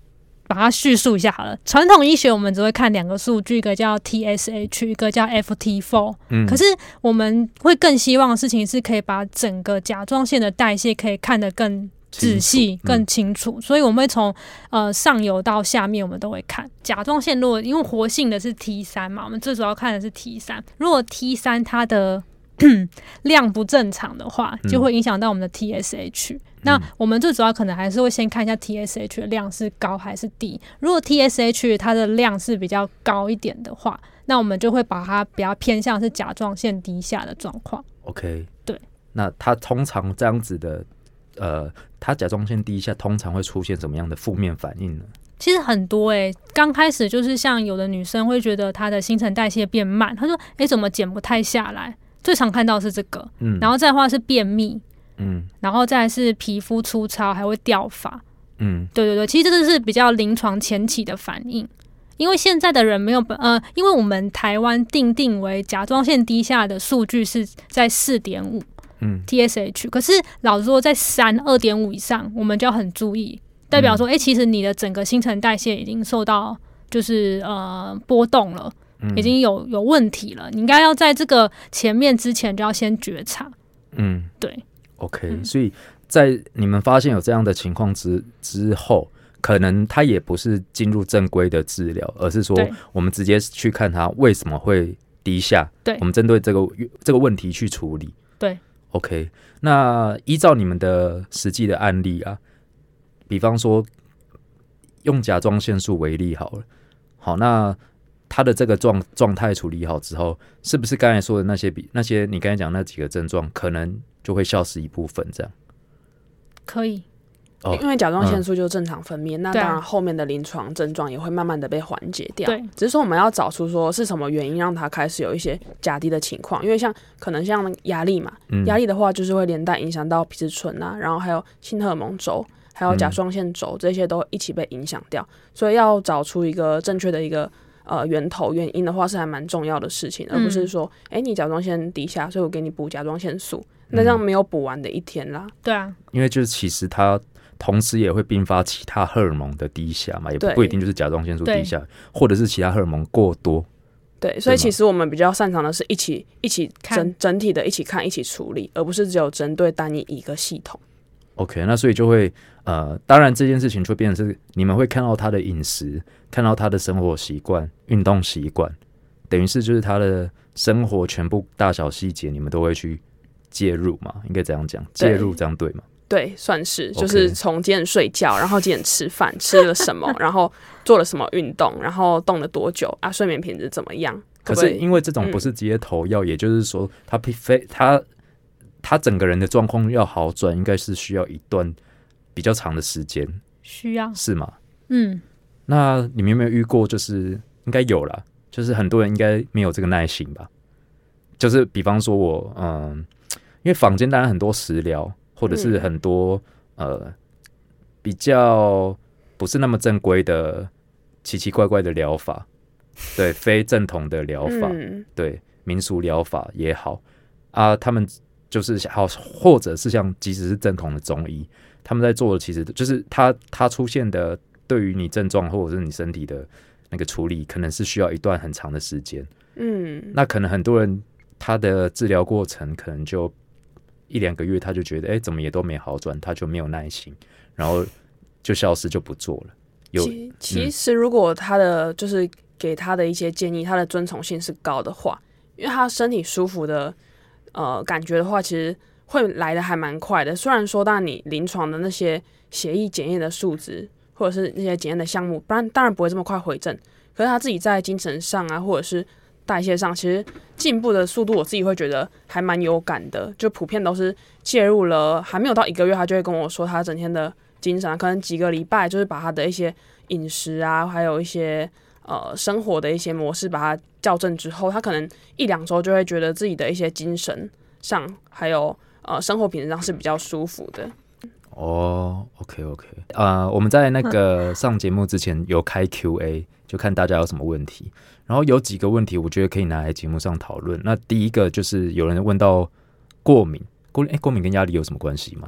把它叙述一下好了。传统医学我们只会看两个数据，一个叫 T S H， 一个叫 F T 四、嗯。可是我们会更希望的事情是可以把整个甲状腺的代谢可以看得更仔细、更清楚，嗯、所以我们会从呃上游到下面，我们都会看甲状腺。如果因为活性的是 T 三 嘛，我们最主要看的是 T 三。如果 T 三 它的量不正常的话，就会影响到我们的 T S H、嗯。那我们最主要可能还是会先看一下 T S H 的量是高还是低。如果 T S H 它的量是比较高一点的话，那我们就会把它比较偏向是甲状腺低下的状况。 OK， 对。 那它通常这样子的，呃，它甲状腺低下通常会出现什么样的负面反应呢？ 其实很多诶、欸，刚开始就是像有的女生会觉得她的新陈代谢变慢，她说：“哎、欸，怎么减不太下来？”最常看到是这个，嗯，然后再的话是便秘，嗯，然后再来是皮肤粗糙，还会掉发，嗯，对对对，其实这个是比较临床前期的反应，因为现在的人没有呃，因为我们台湾定定为甲状腺低下的数据是在 四点五 嗯 T S H， 可是老实说在三 二点五 以上，我们就要很注意，代表说，哎、嗯欸，其实你的整个新陈代谢已经受到就是呃波动了。已经有有问题了，你应该要在这个前面之前就要先觉察。嗯，对。 OK，、嗯、所以在你们发现有这样的情况之之后，可能他也不是进入正规的治疗，而是说我们直接去看他为什么会低下。对，我们针对这个这个问题去处理。 对。 OK， 那依照你们的实际的案例啊，比方说用甲状腺素为例好了，好那。他的这个状状态处理好之后，是不是刚才说的那些比那些你刚才讲那几个症状，可能就会消失一部分？这样可以， 哦、因为甲状腺素就正常分泌，嗯、那当然后面的临床症状也会慢慢的被缓解掉。对，只是说我们要找出说是什么原因让他开始有一些甲低的情况，因为像可能像压力嘛，压、嗯、力的话就是会连带影响到皮质醇啊，然后还有性荷尔蒙轴，还有甲状腺轴，这些都一起被影响掉，所以要找出一个正确的一个。呃，源头原因的话是还蛮重要的事情，而不是说，哎、欸，你甲状腺低下，所以我给你补甲状腺素，那这样没有补完的一天啦。 对啊， 因为就是其实它同时也会并发其他荷尔蒙的低下嘛，也不一定就是甲状腺素低下，或者是其他荷尔蒙过多。 对，所以其实我们比较擅长的是一起一起整整体的一起看、一起处理，而不是只有针对单一一个系统。 OK， 那所以就会呃，当然这件事情就变成是你们会看到他的饮食，看到他的生活习惯、运动习惯，等于是就是他的生活全部大小细节，你们都会去介入嘛？应该这样讲，介入这样对吗？ 对，算是就是从几点睡觉，然后几点吃饭，吃了什么，然后做了什么运动，然后动了多久啊，睡眠品质怎么样？ 可是因为这种不是直接投药，嗯、也就是说他非他。他整个人的状况要好转，应该是需要一段比较长的时间， 需要是吗？ 嗯， 那你们有没有遇过？就是应该有啦，就是很多人应该没有这个耐心吧。就是比方说我，嗯，因为坊间当然很多食疗，或者是很多、嗯、呃比较不是那么正规的奇奇怪怪的疗法，对，非正统的疗法，嗯、对，民俗疗法也好啊，他们。就是好，或者是像即使是正统的中医，他们在做的其实就是他他出现的对于你症状或者是你身体的那个处理，可能是需要一段很长的时间。嗯，那可能很多人他的治疗过程可能就一两个月，他就觉得哎、欸，怎么也都没好转，他就没有耐心，然后就消失就不做了。有其其实如果他的、嗯、就是给他的一些建议，他的遵从性是高的话，因为他身体舒服的。呃，感觉的话，其实会来的还蛮快的。虽然说，当然你临床的那些血液检验的数值，或者是那些检验的项目，不然当然不会这么快回正。可是他自己在精神上啊，或者是代谢上，其实进步的速度，我自己会觉得还蛮有感的。就普遍都是介入了，还没有到一个月，他就会跟我说他整天的精神、啊，可能几个礼拜，就是把他的一些饮食啊，还有一些。呃，生活的一些模式把它校正之后，他可能一两周就会觉得自己的一些精神上，还有呃生活品质上是比较舒服的。 哦 ，OK OK， 呃，我们在那个上节目之前有开 Q A， 就看大家有什么问题，然后有几个问题我觉得可以拿来节目上讨论。那第一个就是有人问到过敏，过哎、欸、过敏跟压力有什么关系吗？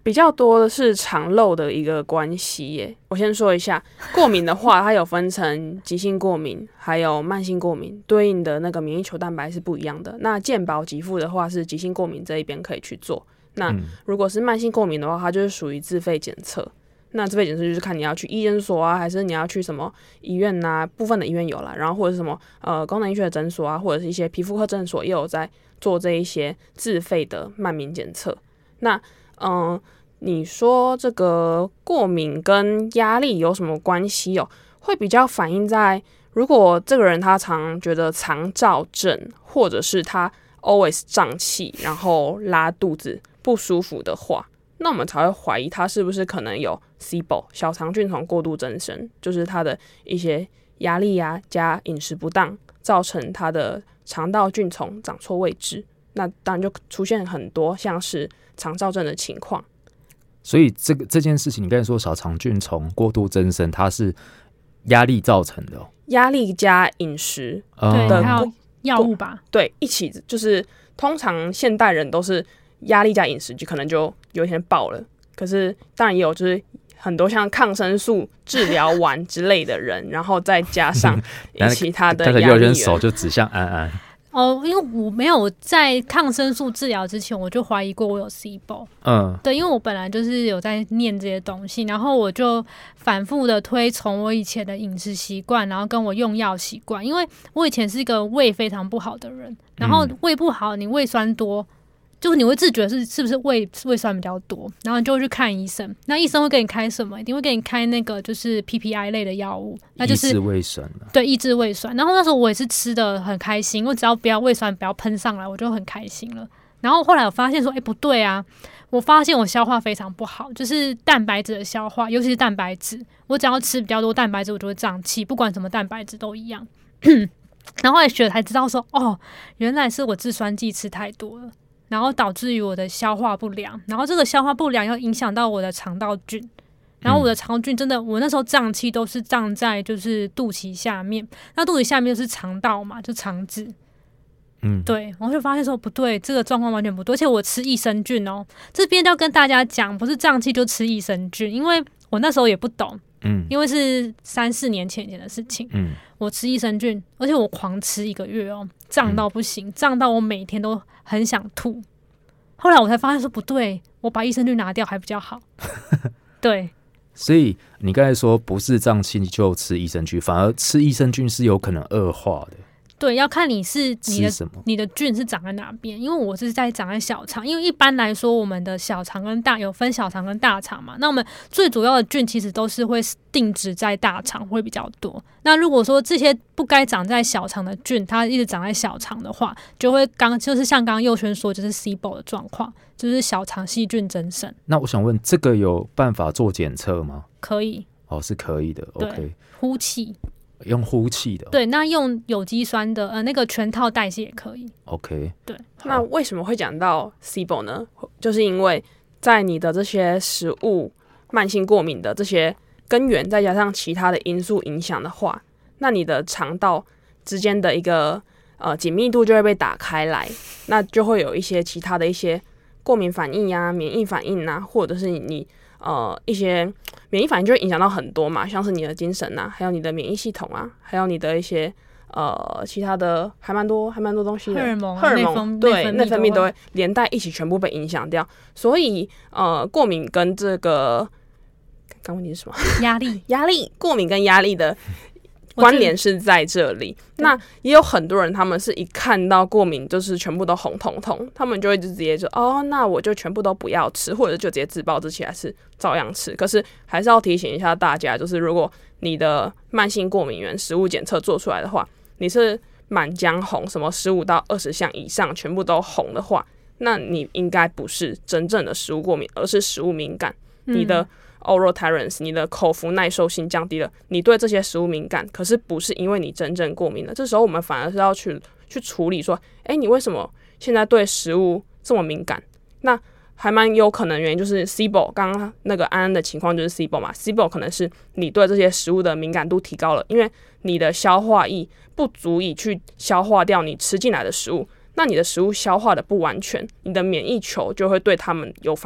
比较多的是肠漏的一个关系耶。我先说一下，过敏的话，它有分成急性过敏，还有慢性过敏，对应的那个免疫球蛋白是不一样的。那健保给付的话是急性过敏这一边可以去做，那如果是慢性过敏的话，它就是属于自费检测。那自费检测就是看你要去医研所啊，还是你要去什么医院啊，部分的医院有啦，然后或者是什么呃功能医学的诊所啊，或者是一些皮肤科诊所也有在做这一些自费的慢敏检测。那嗯、呃，你说这个过敏跟压力有什么关系哦？会比较反映在如果这个人他常觉得肠燥症，或者是他 always 胀气，然后拉肚子不舒服的话，那我们才会怀疑他是不是可能有 S I B O 小肠菌丛过度增生，就是他的一些压力啊加饮食不当，造成他的肠道菌丛长错位置，那当然就出现很多像是肠燥症的情况。 所以这个这件事情，你刚才说小肠菌丛过度增生，它是压力造成的、哦， 压力加饮食对， 的、 还有药物吧， 对，一起就是通常现代人都是压力加饮食就可能就有一天爆了，可是当然也有就是很多像抗生素治疗完之类的人，然后再加上其他的压力源， 刚才有手就指向安安。 哦，因为我没有在抗生素治疗之前，我就怀疑过我有 S I B O。 嗯， 对，因为我本来就是有在念这些东西，然后我就反复的推崇我以前的饮食习惯，然后跟我用药习惯，因为我以前是一个胃非常不好的人，然后胃不好，你胃酸多。就是你会自觉是是不是胃胃酸比较多，然后你就会去看医生。那医生会给你开什么？一定会给你开那个就是 P P I 类的药物，那就是抑制胃酸、啊、 对，抑制胃酸。然后那时候我也是吃的很开心，我只要不要胃酸不要喷上来，我就很开心了。然后后来我发现说，哎、欸，不对啊！我发现我消化非常不好，就是蛋白质的消化，尤其是蛋白质，我只要吃比较多蛋白质，我就会胀气，不管什么蛋白质都一样。然后后来学了才知道说，哦，原来是我制酸剂吃太多了。然后导致于我的消化不良，然后这个消化不良要影响到我的肠道菌，然后我的肠菌真的，我那时候胀气都是胀在就是肚脐下面，那肚脐下面就是肠道嘛，就肠子，嗯，对，我就发现说不对，这个状况完全不对，而且我吃益生菌哦，这边要跟大家讲，不是胀气就吃益生菌，因为我那时候也不懂，嗯，因为是三四年前前的事情，嗯，我吃益生菌，而且我狂吃一个月哦，胀到不行，胀到我每天都很想吐。后来我才发现说不对，我把益生菌拿掉还比较好。对， 所以你刚才说不是胀气就吃益生菌，反而吃益生菌是有可能恶化的。 对，要看你是你的你的菌是长在哪边，因为我是在长在小肠，因为一般来说我们的小肠跟大有分小肠跟大肠嘛，那我们最主要的菌其实都是会定植在大肠会比较多。那如果说这些不该长在小肠的菌，它一直长在小肠的话，就会刚就是像刚刚佑轩说，就是 S I B O 的状况，就是小肠细菌增生。 那我想问，这个有办法做检测吗？ 可以， 哦，是可以的。OK， 呼气。 用呼气的、哦， 对，那用有机酸的呃那个全套代谢也可以。 OK， 对。 那为什么会讲到 S I B O 呢？就是因为在你的这些食物慢性过敏的这些根源，再加上其他的因素影响的话，那你的肠道之间的一个呃紧密度就会被打开来，那就会有一些其他的一些过敏反应呀、免疫反应啊，或者是你。呃，一些免疫反应就会影响到很多嘛，像是你的精神啊，还有你的免疫系统啊，还有你的一些呃其他的，还蛮多，还蛮多东西的。 荷尔蒙、啊、 荷尔蒙对内分泌都会连带一起全部被影响掉。所以呃，过敏跟这个刚问题是什么？ 压力， 压力，过敏跟压力的。关联是在这里，那也有很多人，他们是一看到过敏就是全部都红彤彤，他们就会直接就哦，那我就全部都不要吃，或者就直接自暴自弃，还是照样吃。可是还是要提醒一下大家，就是如果你的慢性过敏原食物检测做出来的话，你是满江红，什么十五到二十项以上全部都红的话，那你应该不是真正的食物过敏，而是食物敏感，嗯、你的。oral tolerance， 你的口服耐受性降低了，你对这些食物敏感，可是不是因为你真正过敏了。这时候我们反而是要去去处理说，哎，你为什么现在对食物这么敏感？那还蛮有可能原因就是 S I B O， 刚刚那个安安的情况就是 S I B O 嘛 ，S I B O 可能是你对这些食物的敏感度提高了，因为你的消化液不足以去消化掉你吃进来的食物，那你的食物消化的不完全，你的免疫球就会对它们有反应。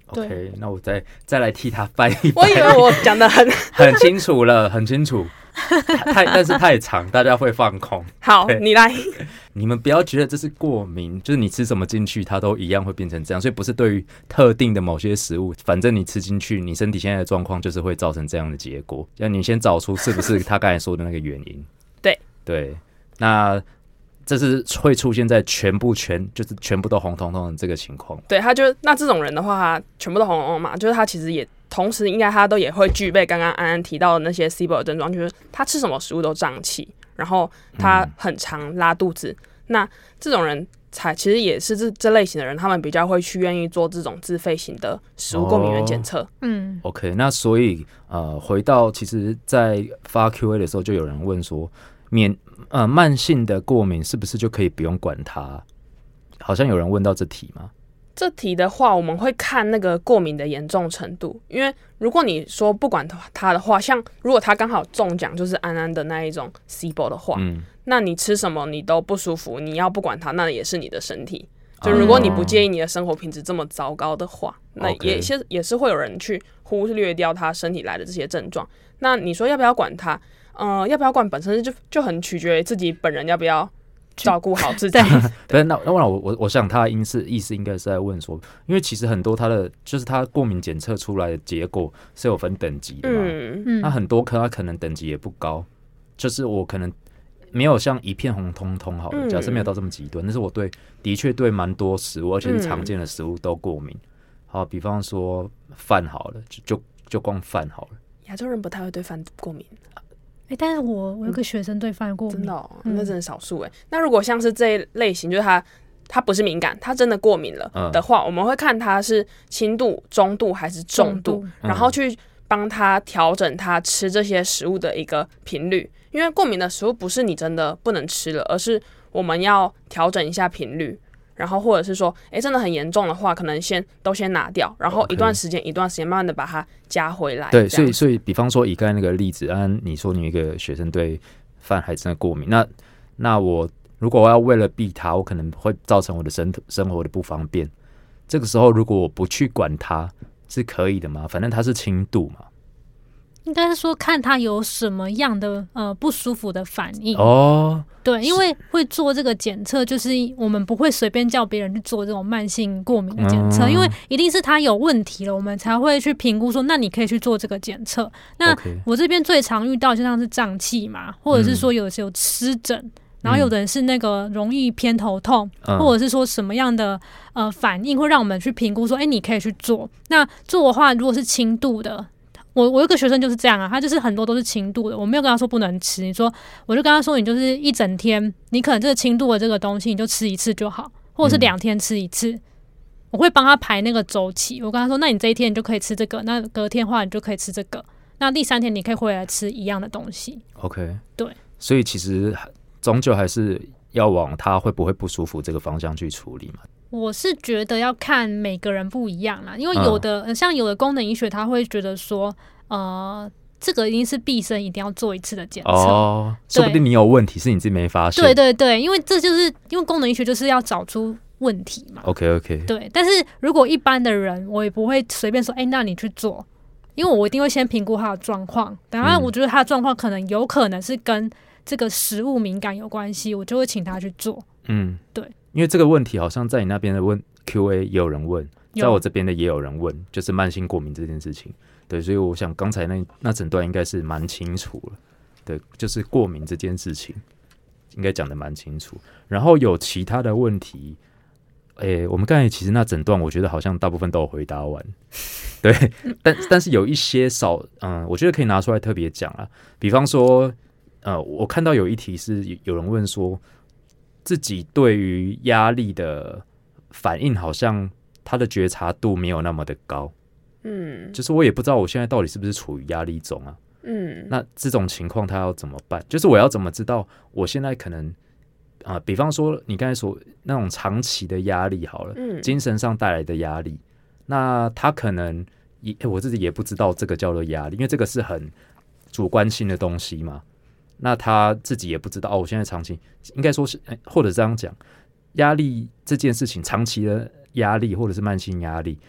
OK， 那我再再来替他翻一翻。 我以为我讲的很很清楚了，很清楚。太但是太长，大家会放空。 好，你来。 你们不要觉得这是过敏，就是你吃什么进去，它都一样会变成这样，所以不是对于特定的某些食物，反正你吃进去，你身体现在的状况就是会造成这样的结果。那你先找出是不是他刚才说的那个原因。 对对，那这是会出现在全部全就是全部都红彤彤的这个情况。 对，他就那这种人的话，他全部都红红嘛，就是他其实也同时应该他都也会具备刚刚安安提到的那些 S I B O 的症状，就是他吃什么食物都胀气，然后他很常拉肚子。嗯、那这种人才其实也是这这类型的人，他们比较会去愿意做这种自费型的食物过敏原检测。哦、 嗯 ，OK， 那所以呃，回到其实，在发 Q A 的时候，就有人问说，免呃慢性的过敏是不是就可以不用管它？好像有人问到这题吗？ 这题的话，我们会看那个过敏的严重程度，因为如果你说不管它的话，像如果它刚好中奖就是安安的那一种 S I B O 的话，嗯，那你吃什么你都不舒服，你要不管它，那也是你的身体。就如果你不介意你的生活品质这么糟糕的话，哦、那也是也是会有人去忽略掉他身体来的这些症状。那你说要不要管它？呃，要不要管本身就就很取决于自己本人要不要照顾好自己。 不是，那那我我我想他的意思意思应该是在问说，因为其实很多他的就是他过敏检测出来的结果是有分等级的嘛，嗯，那很多科他可能等级也不高，就是我可能没有像一片红彤彤好了，嗯、假设没有到这么极端，但是我对的确对蛮多食物，而且是常见的食物都过敏。好，比方说饭好了，就就就光饭好了。 亚洲人不太会对饭过敏。 哎、欸，但是我我有个学生对饭过敏， 真的、哦，那真的少数哎。那如果像是这一类型，就是他他不是敏感，他真的过敏了的话，嗯、我们会看他是轻度、中度还是重度，重度然后去帮他调整他吃这些食物的一个频率。因为过敏的食物不是你真的不能吃了，而是我们要调整一下频率。然后或者是说，哎，真的很严重的话，可能先都先拿掉，然后一段时间、okay. 一段时间慢慢的把它加回来。 对，所以所以比方说以刚才那个例子，安你说你一个学生对饭还真的过敏，那那我如果我要为了避它，我可能会造成我的生生活的不方便。这个时候如果我不去管它，是可以的吗？反正它是轻度嘛。 应该是说看他有什么样的呃不舒服的反应哦， 对，因为会做这个检测，就是我们不会随便叫别人去做这种慢性过敏的检测，嗯、因为一定是他有问题了，我们才会去评估说，那你可以去做这个检测。那我这边最常遇到就像是胀气嘛，或者是说有时候湿疹。嗯然后有的人是那个容易偏头痛，嗯、或者是说什么样的呃反应会让我们去评估说，哎，你可以去做。那做的话，如果是轻度的。我我有个学生就是这样啊，他就是很多都是轻度的，我没有跟他说不能吃，你说我就跟他说，你就是一整天，你可能这个轻度的这个东西，你就吃一次就好，或者是两天吃一次。嗯、我会帮他排那个周期，我跟他说，那你这一天你就可以吃这个，那隔天的话你就可以吃这个，那第三天你可以回来吃一样的东西。 OK， 对， 所以其实终究还是要往他会不会不舒服这个方向去处理嘛。 我是觉得要看每个人不一样啦，因为有的、嗯、像有的功能医学他会觉得说呃这个一定是毕生一定要做一次的检测哦，说不定你有问题是你自己没发现。 对对对，因为这就是因为功能医学就是要找出问题嘛。 OK OK， 对，但是如果一般的人我也不会随便说哎、欸，那你去做，因为我一定会先评估他的状况，当然我觉得他的状况可能有可能是跟这个食物敏感有关系，我就会请他去做。嗯，对， 因为这个问题好像在你那边的问 Q A 也有人问，在我这边的也有人问，就是慢性过敏这件事情。对，所以我想刚才那那诊断应该是蛮清楚了。对，就是过敏这件事情应该讲的蛮清楚。然后有其他的问题，诶，我们刚才其实那诊断我觉得好像大部分都有回答完。对，但但是有一些少，嗯，我觉得可以拿出来特别讲啊。比方说，呃，我看到有一题是有人问说，自己对于压力的反应好像他的觉察度没有那么的高。嗯，就是我也不知道我现在到底是不是处于压力中啊。嗯，那这种情况他要怎么办？就是我要怎么知道我现在可能啊、呃，比方说你刚才说那种长期的压力好了，嗯，精神上带来的压力，那他可能也我自己也不知道这个叫做压力，因为这个是很主观性的东西嘛。那他自己也不知道哦，我现在长期应该说是，或者这样讲，压力这件事情，长期的压力或者是慢性压力，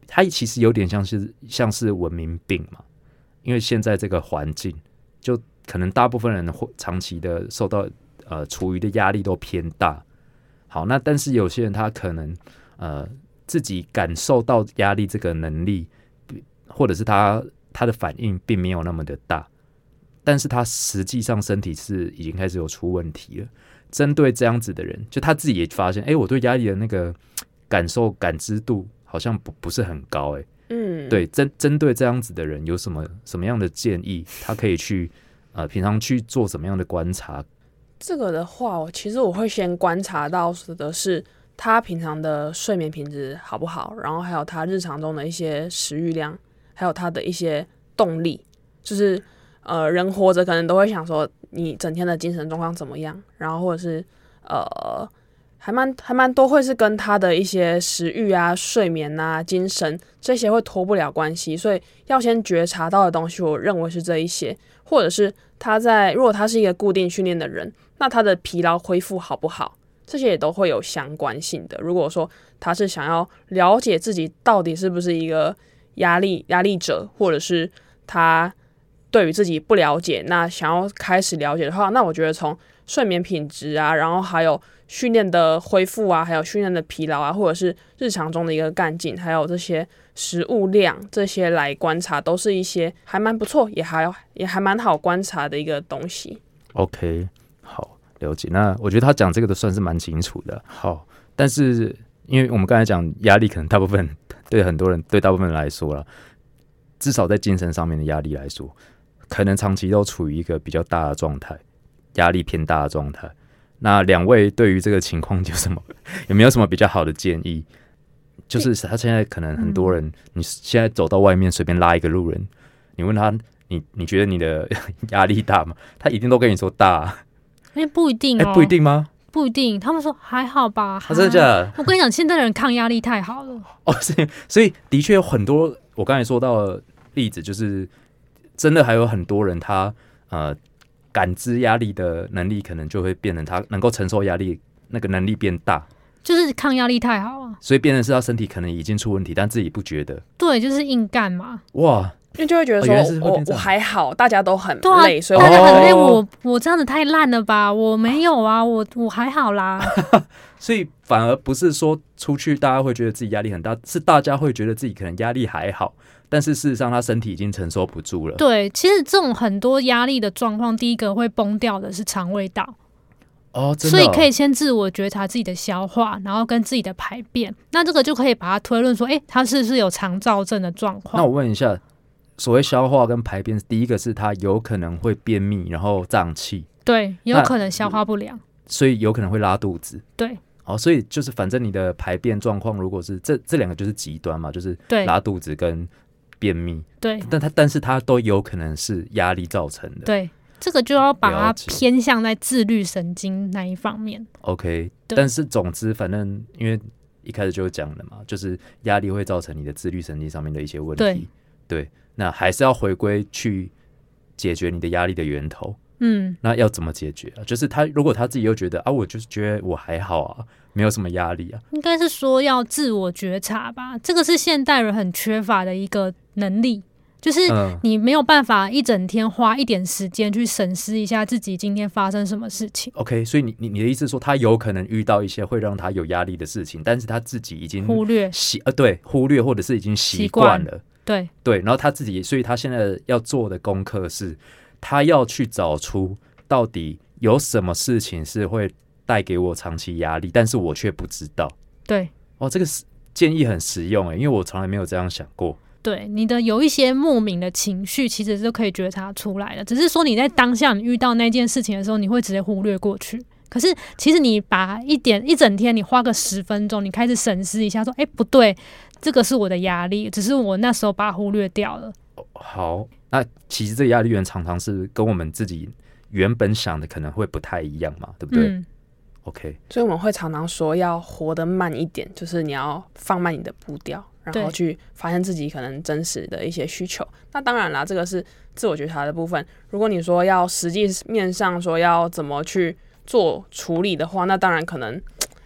它其实有点像是像是文明病嘛，因为现在这个环境，就可能大部分人会长期的受到呃处于的压力都偏大。好，那但是有些人他可能呃自己感受到压力这个能力，或者是他他的反应并没有那么的大，但是他实际上身体是已经开始有出问题了。针对这样子的人，就他自己也发现，哎、欸，我对压力的那个感受感知度好像不不是很高、欸，哎，嗯，对，针针对这样子的人，有什么什么样的建议，他可以去呃平常去做什么样的观察？ 这个的话，其实我会先观察到的是他平常的睡眠品质好不好，然后还有他日常中的一些食欲量，还有他的一些动力，就是呃人活着可能都会想说你整天的精神状况怎么样，然后或者是呃还蛮还蛮多会是跟他的一些食欲啊、睡眠啊、精神这些会脱不了关系，所以要先觉察到的东西，我认为是这一些，或者是他在如果他是一个固定训练的人，那他的疲劳恢复好不好，这些也都会有相关性的。如果说他是想要了解自己到底是不是一个压力压力者，或者是他对于自己不了解，那想要开始了解的话，那我觉得从睡眠品质啊，然后还有训练的恢复啊，还有训练的疲劳啊，或者是日常中的一个干劲，还有这些食物量，这些来观察，都是一些还蛮不错，也还也还蛮好观察的一个东西。 OK， 好，了解。那我觉得他讲这个都算是蛮清楚的。好，但是因为我们刚才讲压力，可能大部分对很多人，对大部分人来说啦，至少在精神上面的压力来说，可能长期都处于一个比较大的状态，压力偏大的状态。那两位对于这个情况有什么有没有什么比较好的建议？就是他现在可能很多人，你现在走到外面随便拉一个路人，你问他，你你觉得你的压力大吗？他一定都跟你说大、啊。 哎、欸，不一定哦、 欸，不一定吗？ 不一定，他们说还好吧。 啊、真的假的？ 我跟你讲，现在的人抗压力太好了。 哦，所以的确有很多我刚才说到的例子，就是真的还有很多人他呃。感知压力的能力可能就会变成他能够承受压力那个能力变大， 就是抗压力太好了， 所以变成是他身体可能已经出问题，但自己不觉得。 对，就是硬干嘛。 哇， 因为就会觉得说、哦、我我还好，大家都很累， 啊、 所以大家很累，我我这样子太烂了吧？我没有啊，我我还好啦。 所以反而不是说出去大家会觉得自己压力很大，是大家会觉得自己可能压力还好。但是事实上，他身体已经承受不住了。 对，其实这种很多压力的状况，第一个会崩掉的是肠胃道。 哦，真的哦。 所以可以先自我觉察自己的消化，然后跟自己的排便。那这个就可以把它推论说，哎、欸，他是不是有肠燥症的状况？ 那我问一下，所谓消化跟排便，第一个是他有可能会便秘，然后胀气。 对，也有可能消化不良， 所以有可能会拉肚子。 对。 哦，所以就是反正你的排便状况，如果是这这两个就是极端嘛，就是拉肚子跟便秘， 对， 但它但是它都有可能是压力造成的。 对，这个就要把它偏向在自律神经那一方面。 OK， 但是总之，反正因为一开始就讲了嘛，就是压力会造成你的自律神经上面的一些问题。对，对，那还是要回归去解决你的压力的源头。嗯，那要怎么解决啊？就是他如果他自己又觉得啊，我就是觉得我还好啊，没有什么压力啊， 应该是说要自我觉察吧。这个是现代人很缺乏的一个能力，就是你没有办法一整天花一点时间去审视一下自己今天发生什么事情。 OK， 所以你你你的意思是说，他有可能遇到一些会让他有压力的事情，但是他自己已经忽略习呃对忽略或者是已经习惯了， 对对，然后他自己，所以他现在要做的功课是，他要去找出到底有什么事情是会带给我长期压力，但是我却不知道。 对， 哦，这个建议很实用诶，因为我从来没有这样想过。 对，你的有一些莫名的情绪，其实是可以觉察出来的，只是说你在当下你遇到那件事情的时候，你会直接忽略过去。可是其实你把一点一整天，你花个十分钟，你开始审视一下，说，哎，不对，这个是我的压力，只是我那时候把它忽略掉了。 好，那其实这个压力源常常是跟我们自己原本想的可能会不太一样嘛，对不对？嗯，OK， 所以我们会常常说要活得慢一点，就是你要放慢你的步调，然后去发现自己可能真实的一些需求。那当然啦，这个是自我觉察的部分。如果你说要实际面上说要怎么去做处理的话，那当然可能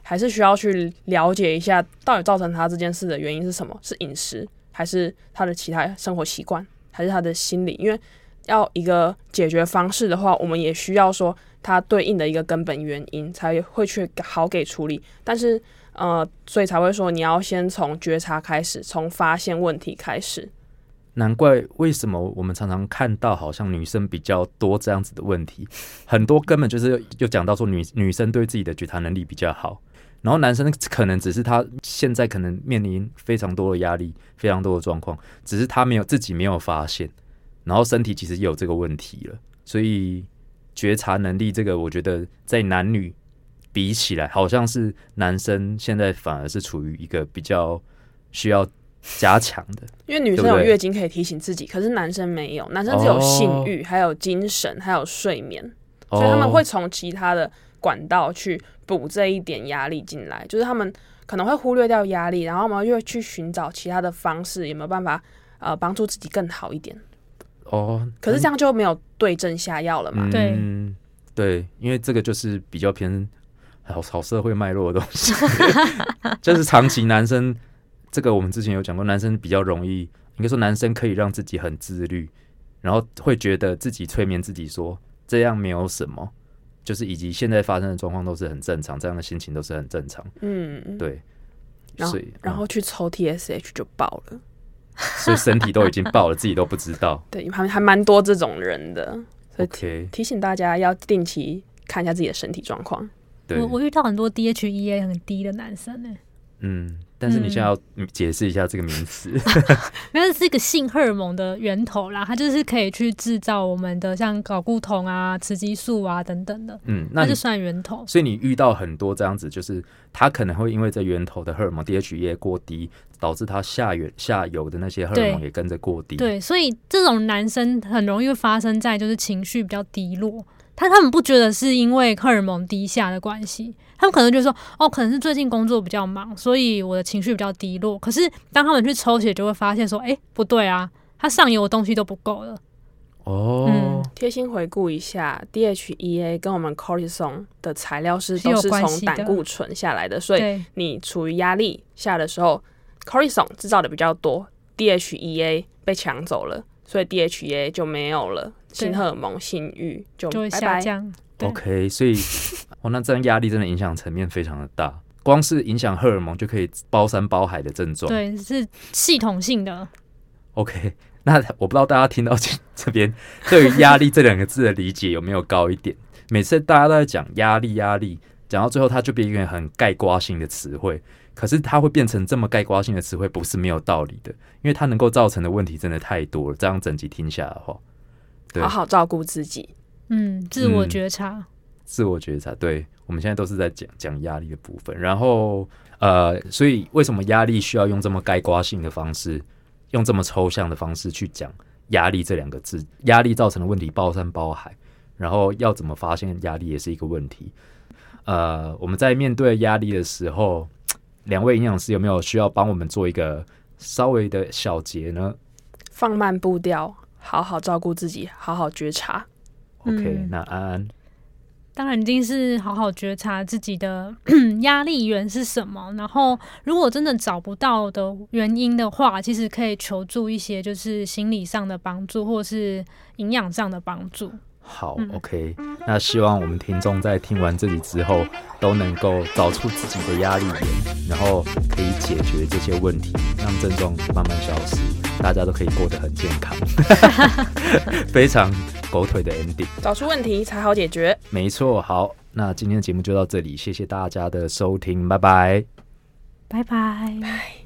还是需要去了解一下，到底造成他这件事的原因是什么？是饮食，还是他的其他生活习惯，还是他的心理？因为要一个解决方式的话，我们也需要说它对应的一个根本原因，才会去好给处理。但是呃，所以才会说你要先从觉察开始，从发现问题开始。 难怪为什么我们常常看到好像女生比较多这样子的问题，很多根本就是就讲到说女女生对自己的觉察能力比较好，然后男生可能只是他现在可能面临非常多的压力，非常多的状况，只是他没有自己没有发现，然后身体其实也有这个问题了。所以觉察能力这个，我觉得在男女比起来，好像是男生现在反而是处于一个比较需要加强的， 因为女生有月经可以提醒自己，可是男生没有，男生只有性欲、哦、还有精神，还有睡眠，所以他们会从其他的管道去补这一点压力进来，就是他们可能会忽略掉压力，然后我们又去寻找其他的方式，有没有办法呃帮助自己更好一点？哦，可是这样就没有对症下药了嘛？ 对、 嗯，对，因为这个就是比较偏好好社会脉络的东西，就是长期男生。这个我们之前有讲过，男生比较容易，应该说男生可以让自己很自律，然后会觉得自己催眠自己说这样没有什么，就是以及现在发生的状况都是很正常，这样的心情都是很正常。嗯，对。 然后所以然后去抽 T S H 就爆了， 所以身体都已经爆了，自己都不知道。 对，还还蛮多这种人的，所以 提, 提醒大家要定期看一下自己的身体状况。 我我遇到很多 D H E A 很低的男生呢、欸。 嗯。但是你现在要解释一下这个名词， 因为是一个性荷尔蒙的源头啦，它就是可以去制造我们的像睾固酮啊、雌激素啊等等的，嗯，那就算源头。 所以你遇到很多这样子，就是它可能会因为这源头的荷尔蒙 D H E A 过低，导致它下游下游的那些荷尔蒙也跟着过低。 对，所以这种男生很容易会发生在就是情绪比较低落。他他们不觉得是因为荷尔蒙低下的关系，他们可能就说哦，可能是最近工作比较忙，所以我的情绪比较低落。可是当他们去抽血，就会发现说，哎，不对啊，他上游的东西都不够了。 哦，贴、嗯、心回顾一下 ，D H E A 跟我们 cortisol 的材料是都是从胆固醇下来的，所以你处于压力下的时候 ，cortisol 制造的比较多 ，D H E A 被抢走了，所以 D H E A 就没有了。性荷尔蒙、性欲就就会下降。 OK， 所以哦，那这样压力真的影响层面非常的大，光是影响荷尔蒙就可以包山包海的症状。 对，是系统性的。 OK， 那我不知道大家听到这边对于压力这两个字的理解有没有高一点？每次大家都在讲压力，压力，讲到最后它就变成一个很概括性的词汇。可是它会变成这么概括性的词汇，不是没有道理的，因为它能够造成的问题真的太多了。这样整集听下来的话。 好好照顾自己， 嗯，自我觉察，嗯、 自我觉察，对，我们现在都是在讲讲压力的部分，然后呃，所以为什么压力需要用这么概括性的方式，用这么抽象的方式去讲压力这两个字？压力造成的问题包山包海，然后要怎么发现压力也是一个问题。呃，我们在面对压力的时候，两位营养师有没有需要帮我们做一个稍微的小结呢？ 放慢步调。好好照顾自己，好好觉察。 OK，、嗯、那安安， 当然一定是好好觉察自己的压力源是什么。然后，如果真的找不到的原因的话，其实可以求助一些就是心理上的帮助，或是营养上的帮助。 好、嗯、，OK， 那希望我们听众在听完这里之后，都能够找出自己的压力源，然后可以解决这些问题，让症状慢慢消失，大家都可以过得很健康。非常狗腿的 ending， 找出问题才好解决。 没错，好，那今天的节目就到这里，谢谢大家的收听，拜拜， 拜拜。 拜。